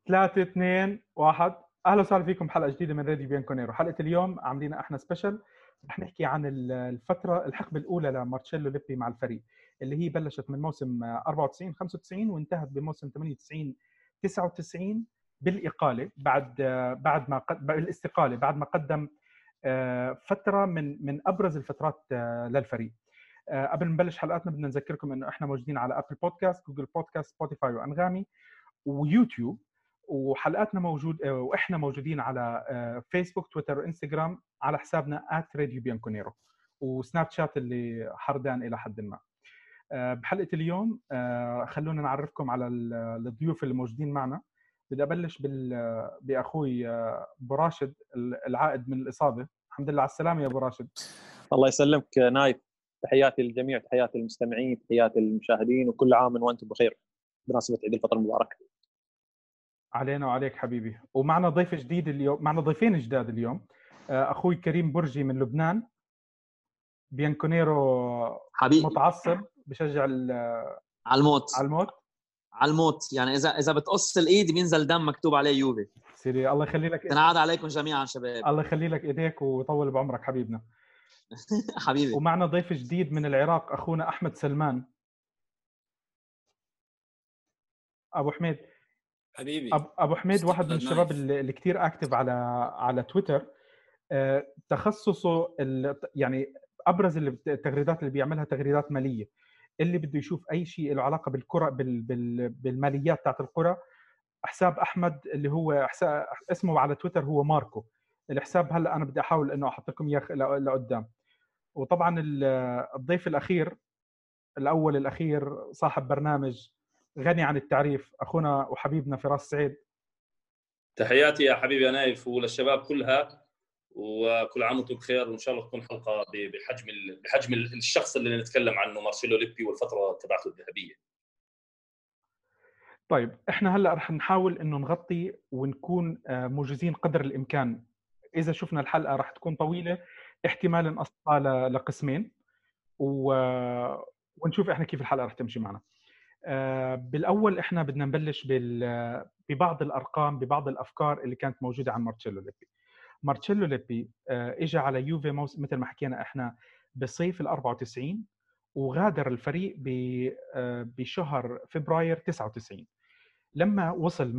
3 2 1. اهلا وسهلا فيكم بحلقه جديده من راديو بيانكونيرو. حلقه اليوم عاملين احنا سبيشل، رح نحكي عن الحقبه الاولى لمارتشيلو ليبي مع الفريق، اللي هي بلشت من موسم 94 95 وانتهت بموسم 98 99 بالاقاله بعد ما بالاستقاله بعد ما قدم فتره من ابرز الفترات للفريق. قبل ما نبلش حلقاتنا بدنا نذكركم انه احنا موجودين على ابل بودكاست، جوجل بودكاست، سبوتيفاي وانغامي ويوتيوب، وحلقاتنا واحنا موجودين على فيسبوك، تويتر وانستغرام على حسابنا @radiobianconero، وسناب شات اللي حردان الى حد ما. بحلقه اليوم خلونا نعرفكم على الضيوف اللي موجودين معنا. بدي ابلش باخوي ابو راشد العائد من الاصابه. الحمد لله على السلامه يا ابو راشد. الله يسلمك نايف. تحياتي للجميع، تحياتي للمستمعين، تحياتي للمشاهدين، وكل عام وانتم بخير بمناسبه عيد الفطر المبارك. علينا وعليك حبيبي. ومعنا ضيف جديد اليوم، معنا ضيفين جداد اليوم. اخوي كريم برجي من لبنان، بيانكونيرو حبيبي متعصب بشجع على الموت على الموت، يعني اذا بتقص الايد بينزل دم مكتوب عليه يوفي. سيدي الله يخلي لك، تنعاد عليكم جميعا شباب. الله يخلي لك ايديك ويطول بعمرك حبيبنا. حبيبي. ومعنا ضيف جديد من العراق، اخونا احمد سلمان. ابو حميد حبيبي. ابو حميد واحد من الشباب اللي كثير اكتف على تويتر. تخصصه يعني ابرز التغريدات اللي بيعملها تغريدات ماليه. اللي بده يشوف اي شيء له علاقه بالكره بالماليات تاعت الكره، حساب احمد اللي هو اسمه على تويتر هو ماركو. الحساب هلا انا بدي احاول انه احط لكم اياه لقدام. وطبعا الضيف الاخير الاخير صاحب برنامج غني عن التعريف، اخونا وحبيبنا فراس سعيد. تحياتي يا حبيبي يا نايف وللشباب كلها، وكل عام وانتم بخير، وان شاء الله تكون حلقه بحجم الشخص اللي نتكلم عنه، مارسيلو ليبي والفتره تبعته الذهبيه. طيب احنا هلا رح نحاول انه نغطي ونكون موجزين قدر الامكان. اذا شفنا الحلقه رح تكون طويله، احتمال نقسمها لقسمين ونشوف احنا كيف الحلقه رح تمشي معنا. بالاول احنا بدنا نبلش ببعض الارقام، ببعض الافكار اللي كانت موجوده عن مارتشيلو ليبي. مارتشيلو ليبي اجى على يوفي مثل ما حكينا احنا بصيف ال94، وغادر الفريق بشهر فبراير 99. لما وصل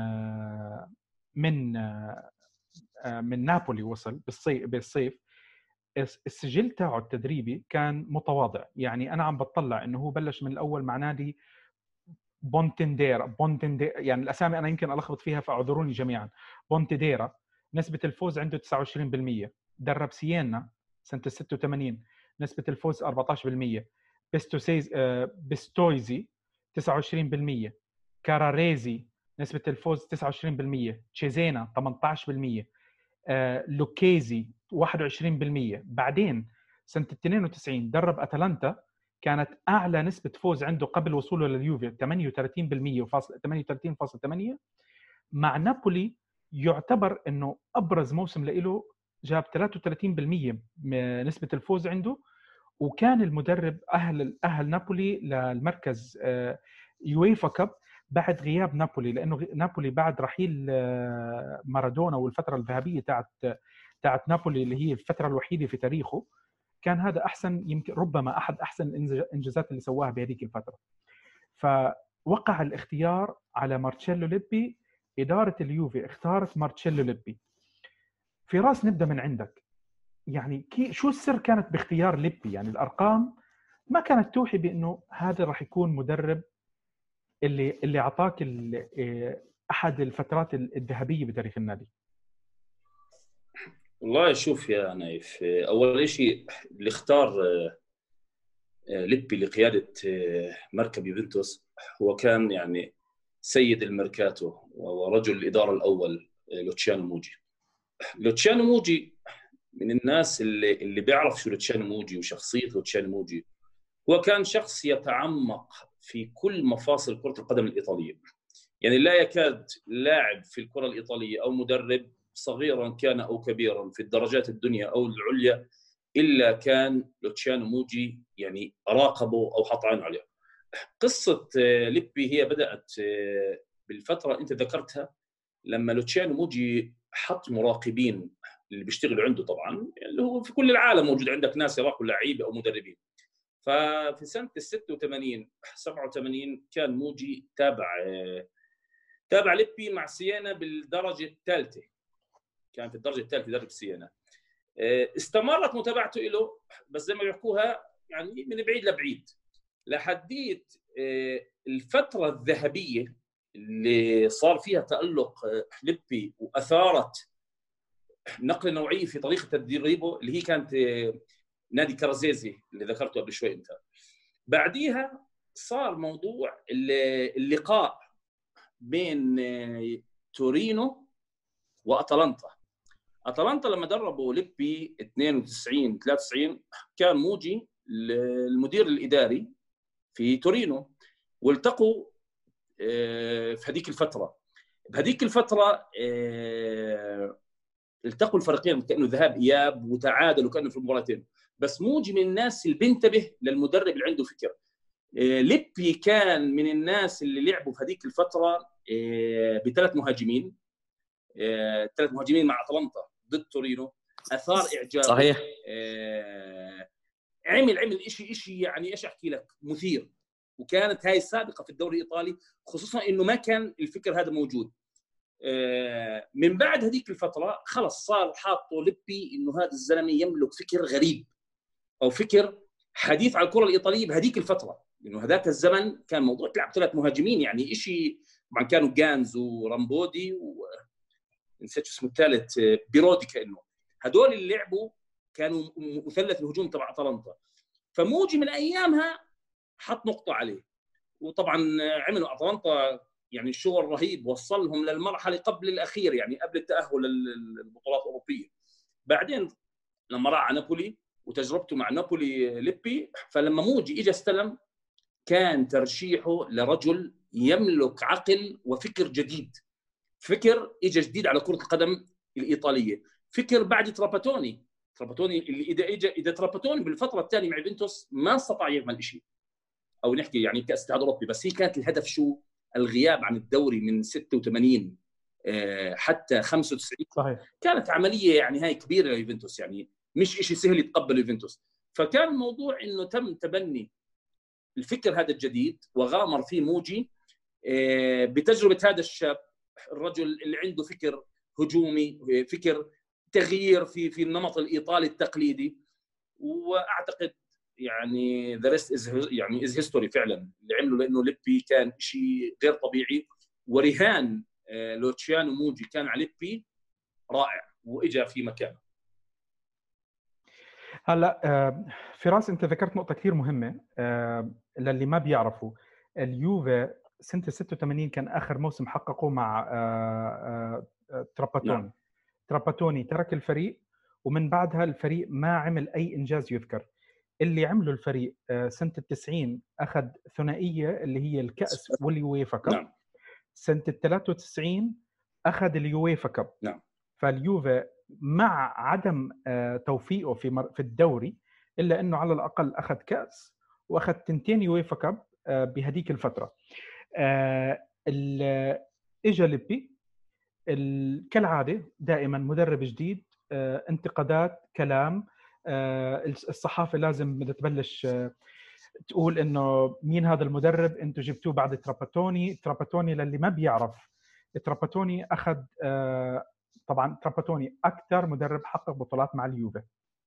من نابولي، وصل بالصيف. السجل تاعه التدريبي كان متواضع. يعني انا عم بتطلع انه هو بلش من الاول مع نادي بونتنديرا، يعني الاسامي انا يمكن الخبط فيها فاعذروني جميعا. بونتديرا نسبه الفوز عنده 29%. درب سيينا سنه 86، نسبه الفوز 14%. بيستويزي 29%. كاراريزي نسبه الفوز 29%. تشيزينا 18%. لوكيزي 21%. بعدين سنه 92 درب اتلانتا، كانت اعلى نسبه فوز عنده قبل وصوله لليوفي 38.8%. مع نابولي يعتبر انه ابرز موسم له، جاب 33% نسبه الفوز عنده، وكان المدرب اهل نابولي للمركز يويفا كاب بعد غياب نابولي، لانه نابولي بعد رحيل مارادونا والفتره الذهبيه تاعت نابولي اللي هي الفتره الوحيده في تاريخه، كان هذا احسن، يمكن ربما احد احسن الانجازات اللي سواها بهذيك الفتره. فوقع الاختيار على مارتشيلو ليبي. اداره اليوفي اختارت مارتشيلو ليبي. فراس، نبدا من عندك. يعني شو السر كانت باختيار ليبي؟ يعني الارقام ما كانت توحي بانه هذا راح يكون مدرب اللي اعطاك احد الفترات الذهبيه بتاريخ النادي. والله شوف يا نايف، اول شيء اللي اختار ليبي لقياده مركب يوفنتوس هو كان يعني سيد الميركاتو ورجل الاداره الاول لوتشيانو موجي. من الناس اللي بيعرف شو لوتشيانو موجي وشخصيه لوتشيانو موجي. هو كان شخص يتعمق في كل مفاصل كرة القدم الإيطالية. يعني لا يكاد لاعب في الكرة الإيطالية أو مدرب صغيرا كان أو كبيرا في الدرجات الدنيا أو العليا إلا كان لوتشيانو موجي يعني راقبه أو حط عينه عليه. قصة ليبي هي بدأت بالفترة أنت ذكرتها لما لوتشيانو موجي حط مراقبين اللي بيشتغلوا عنده، طبعا اللي هو في كل العالم موجود عندك ناس يراقبوا لعيبه او مدربين. ففي سنه 86 87 كان موجي تابع ليبي مع سيانا بالدرجه الثالثه، كان في الدرجه الثالثه يدرب سيانا. استمرت متابعته له، بس زي ما بيحكوها يعني من بعيد لبعيد، لحديت الفتره الذهبيه اللي صار فيها تألق ليبي واثارت نقله نوعيه في طريقه تدريبه، اللي هي كانت نادي كرزيزي اللي ذكرته قبل شوي انت. بعديها صار موضوع اللقاء بين تورينو واتلانتا. اتلانتا لما دربوا ليبي 92 93 كان موجي المدير الاداري في تورينو، والتقوا في هذيك الفتره. بهذيك الفتره التقوا الفريقين كانه ذهاب اياب وتعادلوا كانه في المباراتين. بس موجي من الناس اللي بينتبه للمدرب اللي عنده فكر. ليبي كان من الناس اللي لعبوا في هذيك الفتره بثلاث مهاجمين، مع اتلانتا ضد تورينو، اثار اعجاب. صحيح. عمل شيء يعني ايش احكي لك، مثير. وكانت هاي سابقه في الدوري الايطالي، خصوصا انه ما كان الفكر هذا موجود. من بعد هذيك الفتره خلص صار حاطه ليبي انه هذا الزلمه يملك فكر غريب او فكر حديث على الكره الايطاليه بهذيك الفتره، لانه هذاك الزمن كان موضوع تلعب ثلاث مهاجمين، يعني شيء. طبعا كانوا جانز ورامبودي ونسيت اسمه الثالث بيرودي، كانه هذول اللي لعبوا كانوا مثلث الهجوم تبع اتلانتا. فموجي من ايامها حط نقطه عليه، وطبعا عملوا اتلانتا يعني الشغل رهيب، وصلهم للمرحله قبل الاخير، يعني قبل التاهل للبطولات الاوروبيه. بعدين لما راح على نابولي وتجربته مع نابولي ليبي، فلما موجي اجى استلم كان ترشيحه لرجل يملك عقل وفكر جديد، فكر اجى جديد على كره القدم الايطاليه، فكر بعد تراباتوني اللي اذا تراباتوني بالفتره الثانيه مع يوفنتوس ما استطاع يعمل شيء، او نحكي يعني كاس اتحاد اوروبي. بس هي كانت الهدف شو؟ الغياب عن الدوري من 86 حتى 95. صحيح. كانت عمليه يعني هاي كبيره ليوفنتوس، يعني مش شيء سهل يتقبل يوفنتوس. فكان الموضوع انه تم تبني الفكر هذا الجديد، وغامر فيه موجي بتجربه هذا الشاب، الرجل اللي عنده فكر هجومي، فكر تغيير في النمط الايطالي التقليدي. واعتقد يعني ذا ريست از هيستوري فعلا اللي عمله، لانه ليبي كان شيء غير طبيعي، ورهان لوتشيانو موجي كان على ليبي رائع واجا في مكانه. هلا فراس، انت ذكرت نقطه كثير مهمه للي ما بيعرفوا. اليوفي سنه 86 كان اخر موسم حققه مع تراباتوني. نعم. تراباتوني ترك الفريق، ومن بعدها الفريق ما عمل اي انجاز يذكر. اللي عمله الفريق سنه 90 اخذ ثنائيه اللي هي الكاس واليويفا كاب. نعم. سنه 93 اخذ اليويفا كاب. نعم. فاليوفي مع عدم توفيقه في الدوري، الا انه على الاقل اخذ كاس واخذ 2 يويفا كاب بهديك الفتره. اجى ليبي كالعاده، دائما مدرب جديد، انتقادات، كلام، الصحافه لازم تبلش تقول انه مين هذا المدرب، انتم جبتوه بعد تراباتوني. للي ما بيعرف، تراباتوني اخذ طبعا تراباتوني اكثر مدرب حقق بطولات مع اليوفي،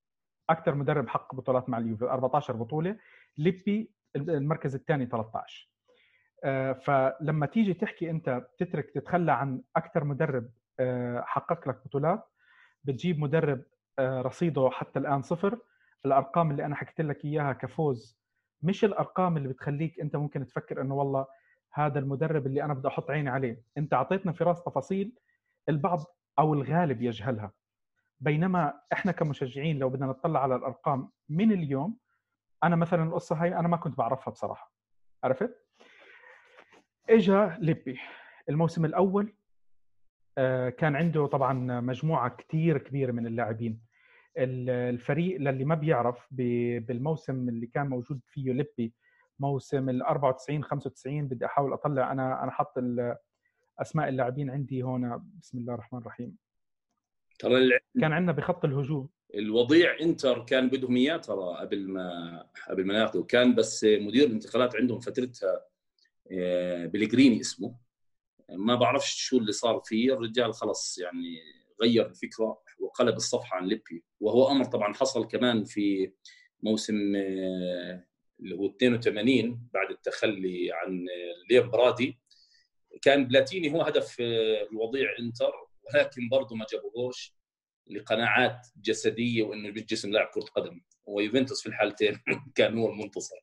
14 بطوله. ليبي المركز الثاني 13. فلما تيجي تحكي انت تترك تتخلى عن اكثر مدرب حقق لك بطولات، بتجيب مدرب رصيده حتى الان 0. الارقام اللي انا حكيت لك اياها كفوز مش الارقام اللي بتخليك انت ممكن تفكر انه والله هذا المدرب اللي انا بدي احط عيني عليه. انت اعطيتنا في راس تفاصيل البعض او الغالب يجهلها، بينما احنا كمشجعين لو بدنا نطلع على الارقام من اليوم، انا مثلا القصه هاي انا ما كنت بعرفها بصراحه. عرفت؟ اجا ليبي الموسم الاول كان عنده طبعا مجموعه كتير كبيره من اللاعبين. الفريق للي ما بيعرف، بالموسم اللي كان موجود فيه ليبي، موسم ال 94 95، بدي احاول اطلع، انا حط اسماء اللاعبين عندي هون. بسم الله الرحمن الرحيم. ترى كان عندنا بخط الهجوم الوضيع انتر كان بدهم اياه ترى قبل ما ياخذوا، كان بس مدير الانتقالات عندهم فترتها بلغريني اسمه، ما بعرفش شو اللي صار فيه الرجال، خلص يعني غير الفكره وقلب الصفحه عن ليبي. وهو امر طبعا حصل كمان في موسم اللي هو 82 بعد التخلي عن ليام برادي، كان بلاتيني هو هدف الوضيع انتر، ولكن برضه ما جابوهوش لقناعات جسديه وانه بالجسم لاعب كره قدم، ويوفنتوس في الحالتين كان هو المنتصر.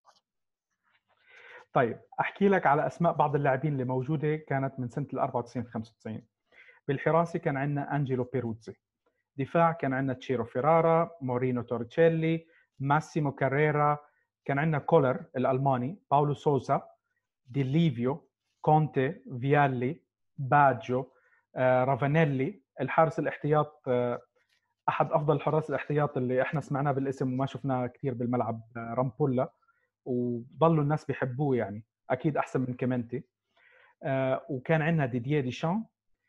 طيب احكي لك على اسماء بعض اللاعبين اللي موجوده كانت من سنه 94 95. بالحراسه كان عندنا انجيلو بيروتزي. دفاع كان عندنا تشيرو فيرارا، مورينو تورتشيلي، ماسيمو كاريرا. كان عندنا كولر الالماني، باولو سوسا، دي ليفيو، كونتي، فيالي، باجو، رافانيلي. الحارس الاحتياط احد افضل الحراس الاحتياط اللي احنا سمعناه بالاسم وما شفناه كثير بالملعب، رامبولا، وضلوا الناس بيحبوه يعني، اكيد احسن من كيمنتي. وكان عندنا ديدييه ديشان.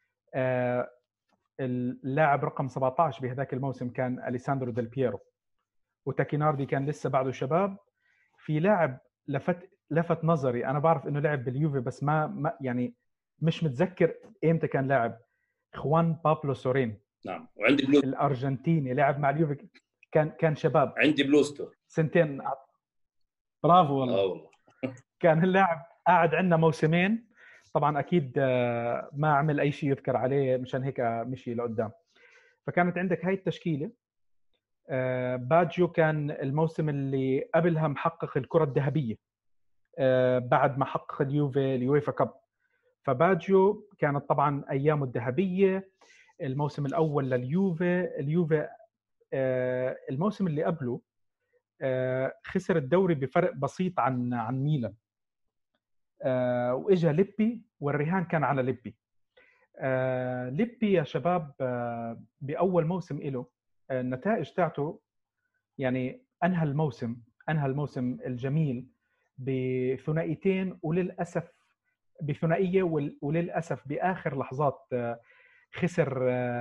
اللاعب رقم 17 بهذاك الموسم كان اليساندرو ديل بييرو، وتاكيناردي كان لسه بعده شباب. في لاعب لفت نظري، انا بعرف انه لعب باليوفي بس ما يعني مش متذكر ايمتى كان لاعب، خوان بابلو سورين. نعم، وعندي بلوز الارجنتيني لعب مع اليوفي، كان شباب عندي بلوزتو سنتين. برافو والله. والله كان اللاعب قاعد عندنا موسمين، طبعا اكيد ما عمل اي شيء يذكر عليه، مشان هيك مشي لقدام. فكانت عندك هاي التشكيله. باجيو كان الموسم اللي قبلها محقق الكره الذهبيه بعد ما حقق اليويفا كاب. فباجيو كانت طبعا ايامه الذهبيه. الموسم الاول اليوفي الموسم اللي قبله خسر الدوري بفرق بسيط عن ميلان. واجا ليبي والرهان كان على ليبي. ليبي يا شباب باول موسم له النتائج تاعته يعني انهى الموسم الجميل بثنائيتين، وللاسف بثنائيه وللاسف باخر لحظات خسر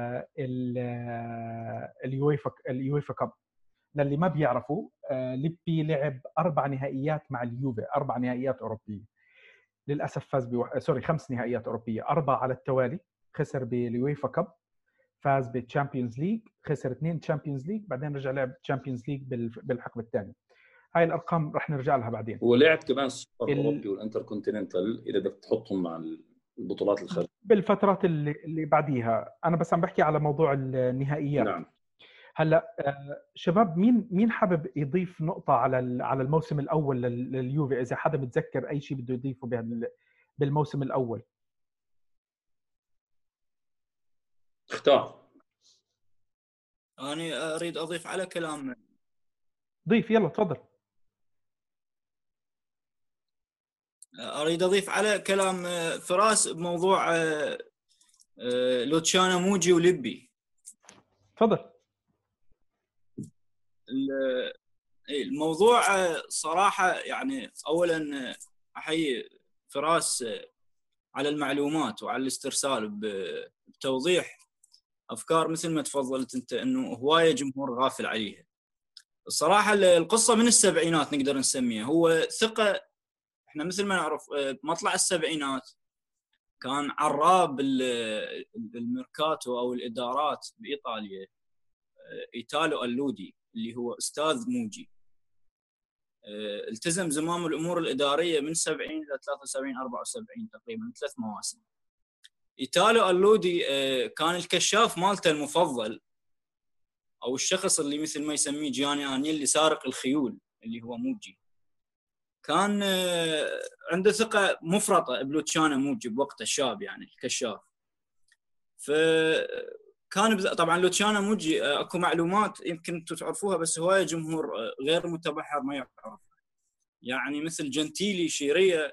اليويفا كاب. للي ما بيعرفوا ليبي لعب 4 نهائيات مع اليوفي، 4 نهائيات اوروبيه. للاسف فاز 5 نهائيات اوروبيه، 4 على التوالي. خسر باليويفا كاب، فاز بالتشامبيونز ليج، خسر 2 تشامبيونز ليج، بعدين رجع لعب تشامبيونز ليج بالحقبه الثانيه. هاي الارقام رح نرجع لها بعدين. ولعب كمان السوبر الاوروبي والانتر كونتيننتال اذا بدك تحطهم مع البطولات الخارجيه بالفترات اللي بعديها. انا بس عم بحكي على موضوع النهائيات. نعم. هلا شباب، مين حابب يضيف نقطه على الموسم الاول لليوفي؟ اذا حدا متذكر اي شيء بده يضيفه بالموسم الاول. اختار. أنا أريد أضيف على كلام. ضيف، يلا تفضل. أريد أضيف على كلام فراس بموضوع لوتشانا موجي وليبي. تفضل. الموضوع صراحة يعني أولا أحيي فراس على المعلومات وعلى الاسترسال بتوضيح أفكار مثل ما تفضلت أنت، أنه هواية جمهور غافل عليها. الصراحة القصة من السبعينات نقدر نسميها، هو ثقة. احنا مثل ما نعرف مطلع السبعينات كان عراب الميركاتو أو الإدارات بإيطاليا إيتالو اللودي اللي هو أستاذ موجي. التزم زمام الأمور الإدارية من 70 إلى 73 74 تقريبا 3 مواسم. إيتالو اللودي كان الكشاف مالته المفضل، أو الشخص اللي مثل ما يسميه جياني آنيلي سارق الخيول اللي هو موجي. كان عنده ثقة مفرطة بلوتشانا موجي بوقته، الشاب يعني الكشاف. فكان طبعا لوتشانا موجي اكو معلومات يمكن انتم تعرفوها بس هوايه جمهور غير متبحر ما يعرف، يعني مثل جنتيلي شيريا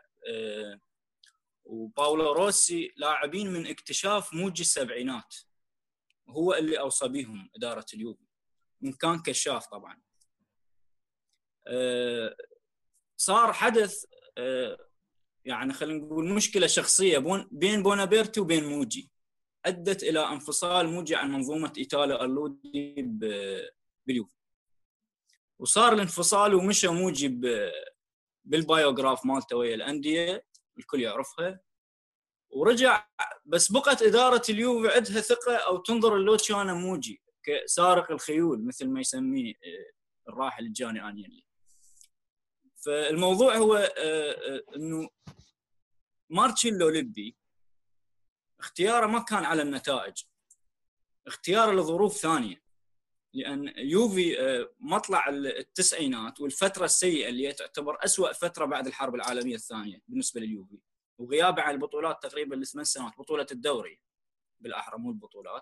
وباولو روسي، لاعبين من اكتشاف موجي السبعينات، هو اللي اوصى بهم اداره اليوفي من كان كشاف. طبعا صار حدث يعني خلينا نقول مشكله شخصيه بين بونابرتي وبين موجي، ادت الى انفصال موجي عن منظومه ايطاليا اللودي باليوفي، وصار الانفصال ومشى موجي بالبايوغراف مالته ويا الانديه الكل يعرفها، ورجع. بس بقت اداره اليوفي عندها ثقه او تنظر لوتشيانو موجي كسارق الخيول مثل ما يسميه الراحل جاني انيلي. فالموضوع هو انه مارتشيلو ليبي اختياره ما كان على النتائج، اختياره لظروف ثانيه، لان يوفي مطلع التسعينات والفتره السيئه اللي تعتبر أسوأ فتره بعد الحرب العالميه الثانيه بالنسبه لليوفي، وغيابه عن البطولات تقريبا ل8 سنوات، بطوله الدوري بالاحرى مو البطولات.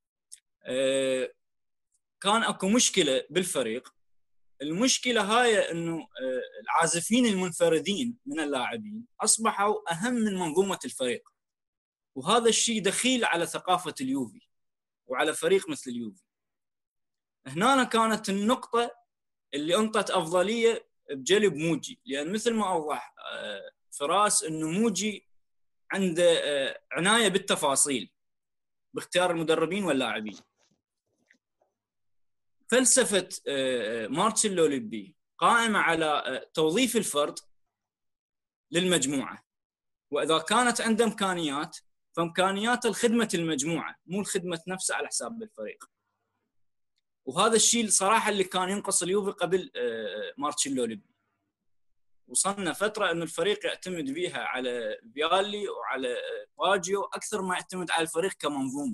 كان اكو مشكله بالفريق. المشكله هاي انه العازفين المنفردين من اللاعبين اصبحوا اهم من منظومه الفريق، وهذا الشيء دخيل على ثقافه اليوفي وعلى فريق مثل اليوفي. هنا كانت النقطه اللي انطت افضليه بجلب موجي، لان مثل ما اوضح فراس انه موجي عنده عنايه بالتفاصيل باختيار المدربين واللاعبين. فلسفه مارتشيلو ليبي قائمه على توظيف الفرد للمجموعه، واذا كانت عنده امكانيات فامكانيات لخدمه المجموعه مو الخدمه نفسها على حساب الفريق. وهذا الشيء صراحه اللي كان ينقص اليوفي قبل مارتشيلو ليبي. وصلنا فتره انه الفريق يعتمد بيها على فيالي وعلى باجيو اكثر ما يعتمد على الفريق كمنظومه.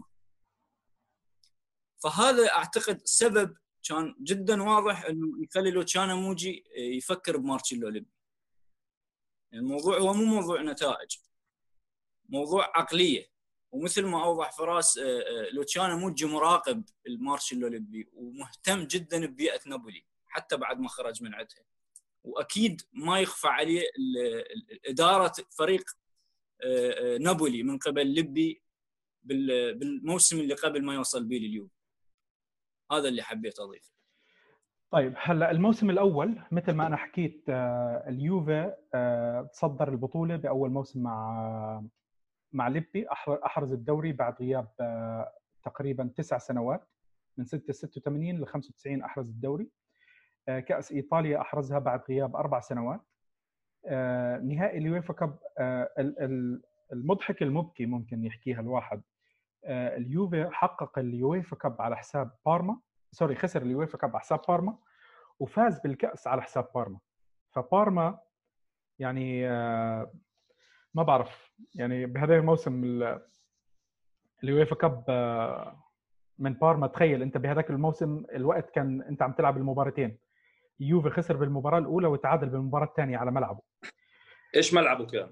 فهذا اعتقد سبب كان جدا واضح انه يخلي لوتشيانو موجي يفكر بمارتشيلو ليبي. الموضوع هو مو موضوع نتائج، موضوع عقليه. ومثل ما اوضح فراس لوتشيانو موجي مراقب المارتشيلو ليبي ومهتم جدا ببيئه نابولي حتى بعد ما خرج من عندها، واكيد ما يخفى عليه اداره فريق نابولي من قبل ليبي بالموسم اللي قبل ما يوصل به لليوفي. هذا اللي حبيت اضيفه. طيب هلا الموسم الاول مثل ما انا حكيت اليوفي تصدر البطوله باول موسم مع ليبي، احرز الدوري بعد غياب تقريبا 9 سنوات، من سنه 86 ل 95 احرز الدوري. كاس ايطاليا احرزها بعد غياب 4 سنوات. نهائي اليويفا كاب المضحك المبكي ممكن يحكيها الواحد، اليوفي حقق اليويفا كاب على حساب بارما، خسر اليويفا كاب على حساب بارما وفاز بالكأس على حساب بارما. فبارما يعني ما بعرف يعني بهذا الموسم اليويفا كاب من بارما، تخيل انت بهذاك الموسم الوقت كان انت عم تلعب المباراتين، يوفي خسر بالمباراة الأولى وتعادل بالمباراة الثانية على ملعبه. ايش ملعبه كان؟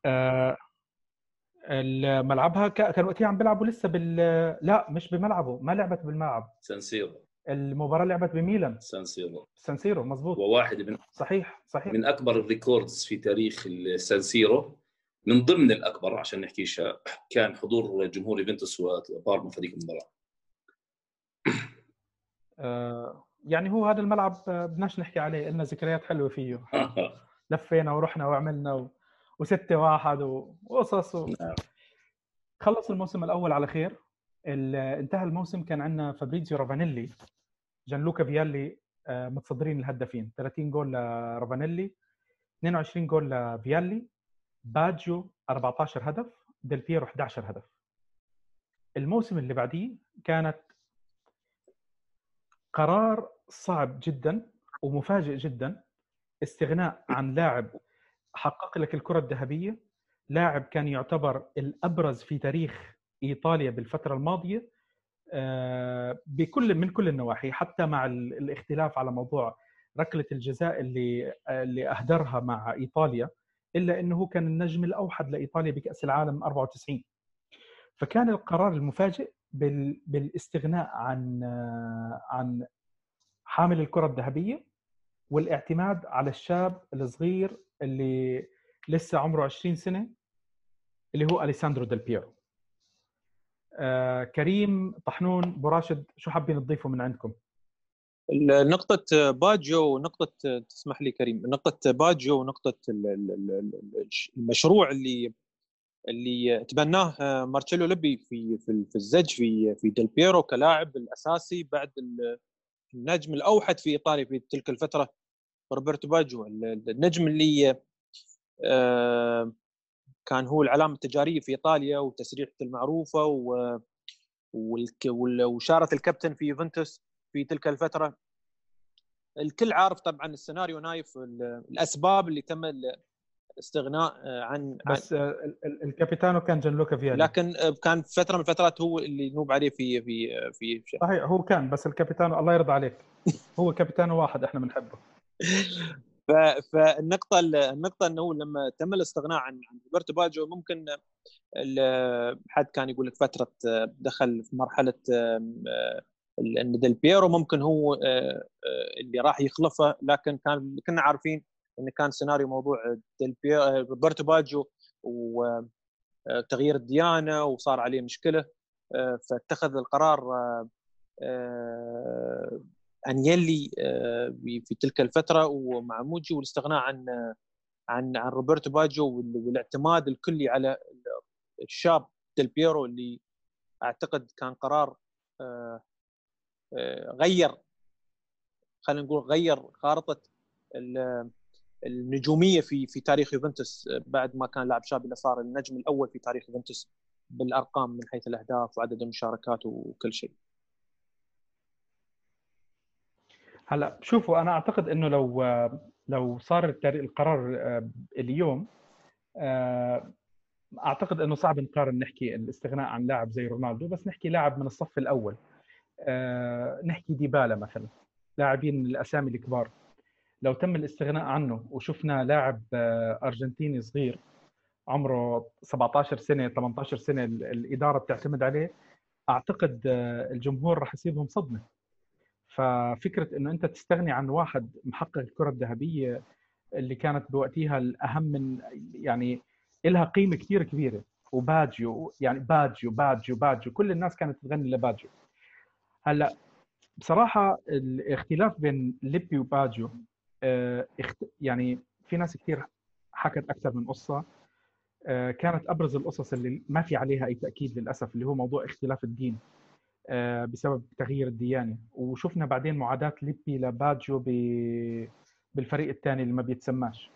ملعبها كان وقتها عم بيلعبوا لسه لا مش بملعبه، ما لعبت بالملعب سانسيرو. المباراة لعبت بميلان سانسيرو مزبوط. وواحد من صحيح من اكبر الريكوردز في تاريخ السانسيرو، من ضمن الاكبر عشان نحكيش، كان حضور جمهور يوفنتوس وبارما في هذيك المباراة. يعني هو هذا الملعب بدناش نحكي عليه، لنا ذكريات حلوة فيه. لفينا ورحنا وعملنا و6-1 وقصص خلص الموسم الأول على خير. انتهى الموسم كان عندنا فابريزيو رافانيلي، جانلوكا فيالي متصدرين الهدافين، 30 جول لرافانيلي، 22 جول لفيالي، باجيو 14 هدف، ديل بييرو 11 هدف. الموسم اللي بعديه كانت قرار صعب جدا ومفاجئ جدا، استغناء عن لاعب حقق لك الكرة الذهبية، لاعب كان يعتبر الأبرز في تاريخ إيطاليا بالفترة الماضية من كل النواحي، حتى مع الاختلاف على موضوع ركلة الجزاء اللي أهدرها مع إيطاليا، إلا أنه كان النجم الأوحد لإيطاليا بكأس العالم 94. فكان القرار المفاجئ بالاستغناء عن حامل الكرة الذهبية والاعتماد على الشاب الصغير اللي لسه عمره 20 سنة اللي هو أليساندرو ديل بييرو. كريم طحنون، بوراشد، شو حابين تضيفوا من عندكم؟ نقطة باجيو ونقطة، تسمح لي كريم، نقطة باجيو ونقطة المشروع اللي تبناه مارتشيلو ليبي في الزج في ديل بيرو كلاعب الأساسي بعد النجم الأوحد في إيطاليا في تلك الفترة روبرتو باجيو، النجم اللي كان هو العلامة التجارية في إيطاليا وتسريحته المعروفة وشارة الكابتن في يوفنتوس في تلك الفترة. الكل عارف طبعا السيناريو نايف، الأسباب اللي تم الاستغناء عن بس الكابيتانو كان جانلوكا فيالي، لكن كان فترة من الفترات هو اللي نوب عليه في صحيح هو كان، بس الكابيتانو الله يرضى عليك هو كابيتانو واحد احنا بنحبه. فالنقطة انه لما تم الاستغناء عن روبرتو باجيو، ممكن حد كان يقول لك فترة دخل في مرحلة ان ديل بيرو ممكن هو اللي راح يخلفه، لكن كنا عارفين ان كان سيناريو موضوع روبرتو باجيو وتغيير الديانة وصار عليه مشكلة، فاتخذ القرار أن يلي في تلك الفترة ومع موجي والاستغناء عن روبرتو باجيو والاعتماد الكلي على الشاب ديل بيرو، اللي أعتقد كان قرار غير، خلينا نقول غير خارطة النجومية في تاريخ يوفنتوس، بعد ما كان لاعب شاب إلى صار النجم الأول في تاريخ يوفنتوس بالأرقام من حيث الأهداف وعدد المشاركات وكل شيء. هلا شوفوا، انا اعتقد انه لو صار القرار اليوم، اعتقد انه صعب نقارن نحكي الاستغناء عن لاعب زي رونالدو، بس نحكي لاعب من الصف الاول، نحكي ديبالا مثلا، لاعبين الاسامي الكبار. لو تم الاستغناء عنه وشفنا لاعب ارجنتيني صغير عمره 17 سنه 18 سنه الاداره بتعتمد عليه، اعتقد الجمهور راح يصيبهم صدمه. ففكره انه انت تستغني عن واحد محقق الكره الذهبيه اللي كانت بوقتها الاهم، من يعني لها قيمه كثير كبيره، وباجيو يعني باجيو كل الناس كانت تغني لباجيو. هلا بصراحه الاختلاف بين ليبي وباجيو يعني في ناس كثير حكت اكثر من قصه. كانت ابرز القصص اللي ما في عليها اي تاكيد للاسف اللي هو موضوع اختلاف الدين بسبب تغيير الديانه، وشفنا بعدين معاداه ليبي لباجيو بالفريق الثاني اللي ما بيتسماش.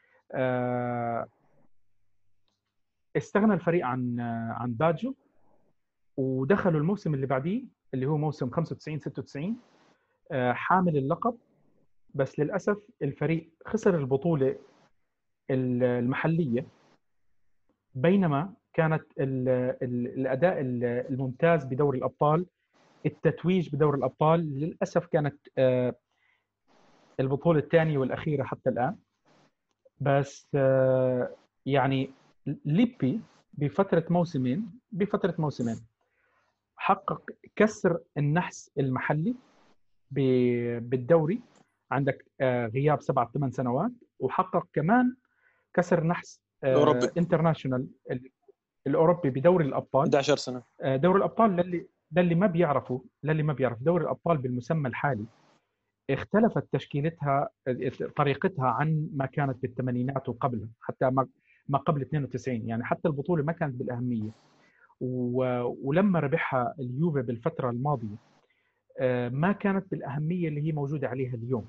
استغنى الفريق عن باجيو ودخلوا الموسم اللي بعديه اللي هو موسم 95 96 حامل اللقب، بس للاسف الفريق خسر البطوله المحليه، بينما كانت الاداء الممتاز بدوري الابطال، التتويج بدوري الابطال للاسف كانت البطوله الثانيه والاخيره حتى الان. بس يعني ليبي بفتره موسمين حقق كسر النحس المحلي بالدوري، عندك غياب 7-8 سنوات، وحقق كمان كسر نحس انترناشونال الاوروبي بدوري الابطال 11 سنه. دوري الابطال للي ما بيعرف دوري الابطال بالمسمى الحالي اختلفت تشكيلتها طريقتها عن ما كانت بالثمانينات وقبلها، حتى ما قبل 92. يعني حتى البطوله ما كانت بالاهميه، ولما ربحها اليوفي بالفتره الماضيه ما كانت بالاهميه اللي هي موجوده عليها اليوم.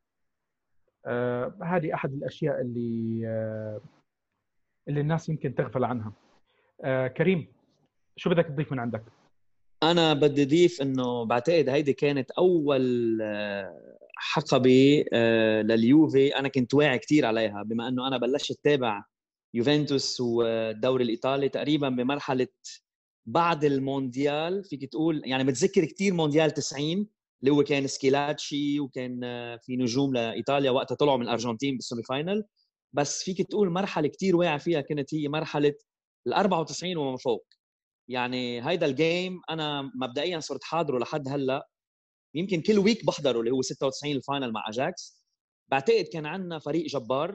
هذه احد الاشياء اللي الناس يمكن تغفل عنها. كريم، شو بدك تضيف من عندك؟ انا بدي اضيف انه بعتقد هيدي كانت اول حقبه لليوفي انا كنت واعي كتير عليها، بما انه انا بلشت اتابع يوفنتوس والدوري الايطالي تقريبا بمرحله بعد المونديال. فيك تقول يعني متذكر كتير مونديال 90 اللي هو كان سكيلاتشي، وكان في نجوم لايطاليا وقتها طلعوا من الارجنتين بالسيمي فاينل. بس فيك تقول مرحله كتير واعي فيها كانت هي مرحله ال94 وما فوق. يعني هيدا الجيم انا مبدئيا صرت حاضره لحد هلا، يمكن كل ويك بحضره، اللي هو 96 الفاينل مع اجاكس. بعتقد كان عندنا فريق جبار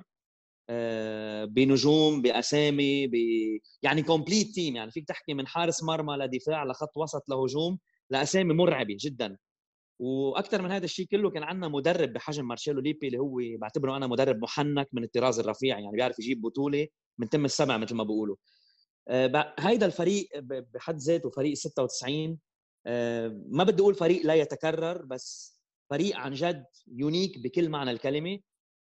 بنجوم باسامي يعني كومبليت تيم. يعني فيك تحكي من حارس مرمى لدفاع لخط وسط لهجوم لاسامي مرعبه جدا. واكثر من هذا الشيء كله كان عندنا مدرب بحجم مارشيلو ليبي اللي هو بعتبره انا مدرب محنك من الطراز الرفيع، يعني بيعرف يجيب بطوله من تم السبع مثل ما بيقولوا. هيدا الفريق بحد ذاته فريق 96 ما بدي اقول فريق لا يتكرر، بس فريق عن جد يونيك بكل معنى الكلمه.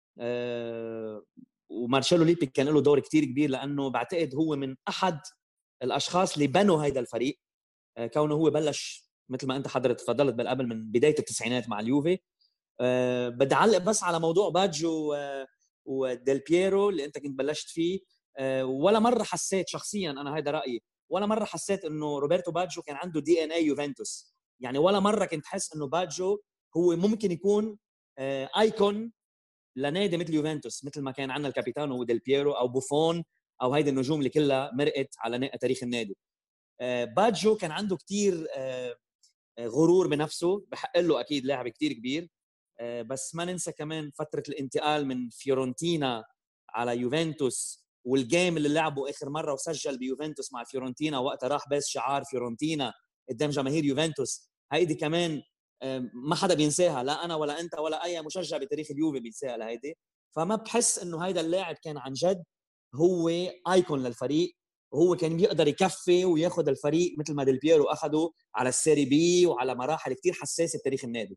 ومارشيلو ليبي كان له دور كتير كبير، لانه بعتقد هو من احد الاشخاص اللي بنوا هيدا الفريق، كونه هو بلش مثل ما انت حضرتك تفضلت بالقبل من بدايه التسعينات مع اليوفي. بدي اعلق بس على موضوع باجيو وديل بييرو اللي انت كنت بلشت فيه. ولا مره حسيت شخصيا، انا هيدا رايي، ولا مره حسيت انه روبرتو باجيو كان عنده دي ان اي يوفنتوس. يعني ولا مره كنت حس انه باجيو هو ممكن يكون ايكون لنادي مثل يوفنتوس، مثل ما كان عندنا الكابيتانو وديل بييرو او بوفون او هيدي النجوم اللي كلها مرقت على تاريخ النادي. باجيو كان عنده كتير غرور بنفسه، بحق له اكيد لاعب كتير كبير، بس ما ننسى كمان فتره الانتقال من فيورنتينا على يوفنتوس، والجيم اللي لعبه اخر مره وسجل بيوفنتوس مع فيورنتينا وقتها راح بس شعار فيورنتينا قدام جماهير يوفنتوس. هيدي كمان ما حدا بينساها، لا انا ولا انت ولا اي مشجع بتاريخ اليوفي بينساها لهيدي. فما بحس انه هيدا اللاعب كان عن جد هو ايكون للفريق، وهو كان بيقدر يكفي وياخذ الفريق مثل ما ديل بييرو اخذه على السيري بي وعلى مراحل كتير حساسه بتاريخ النادي.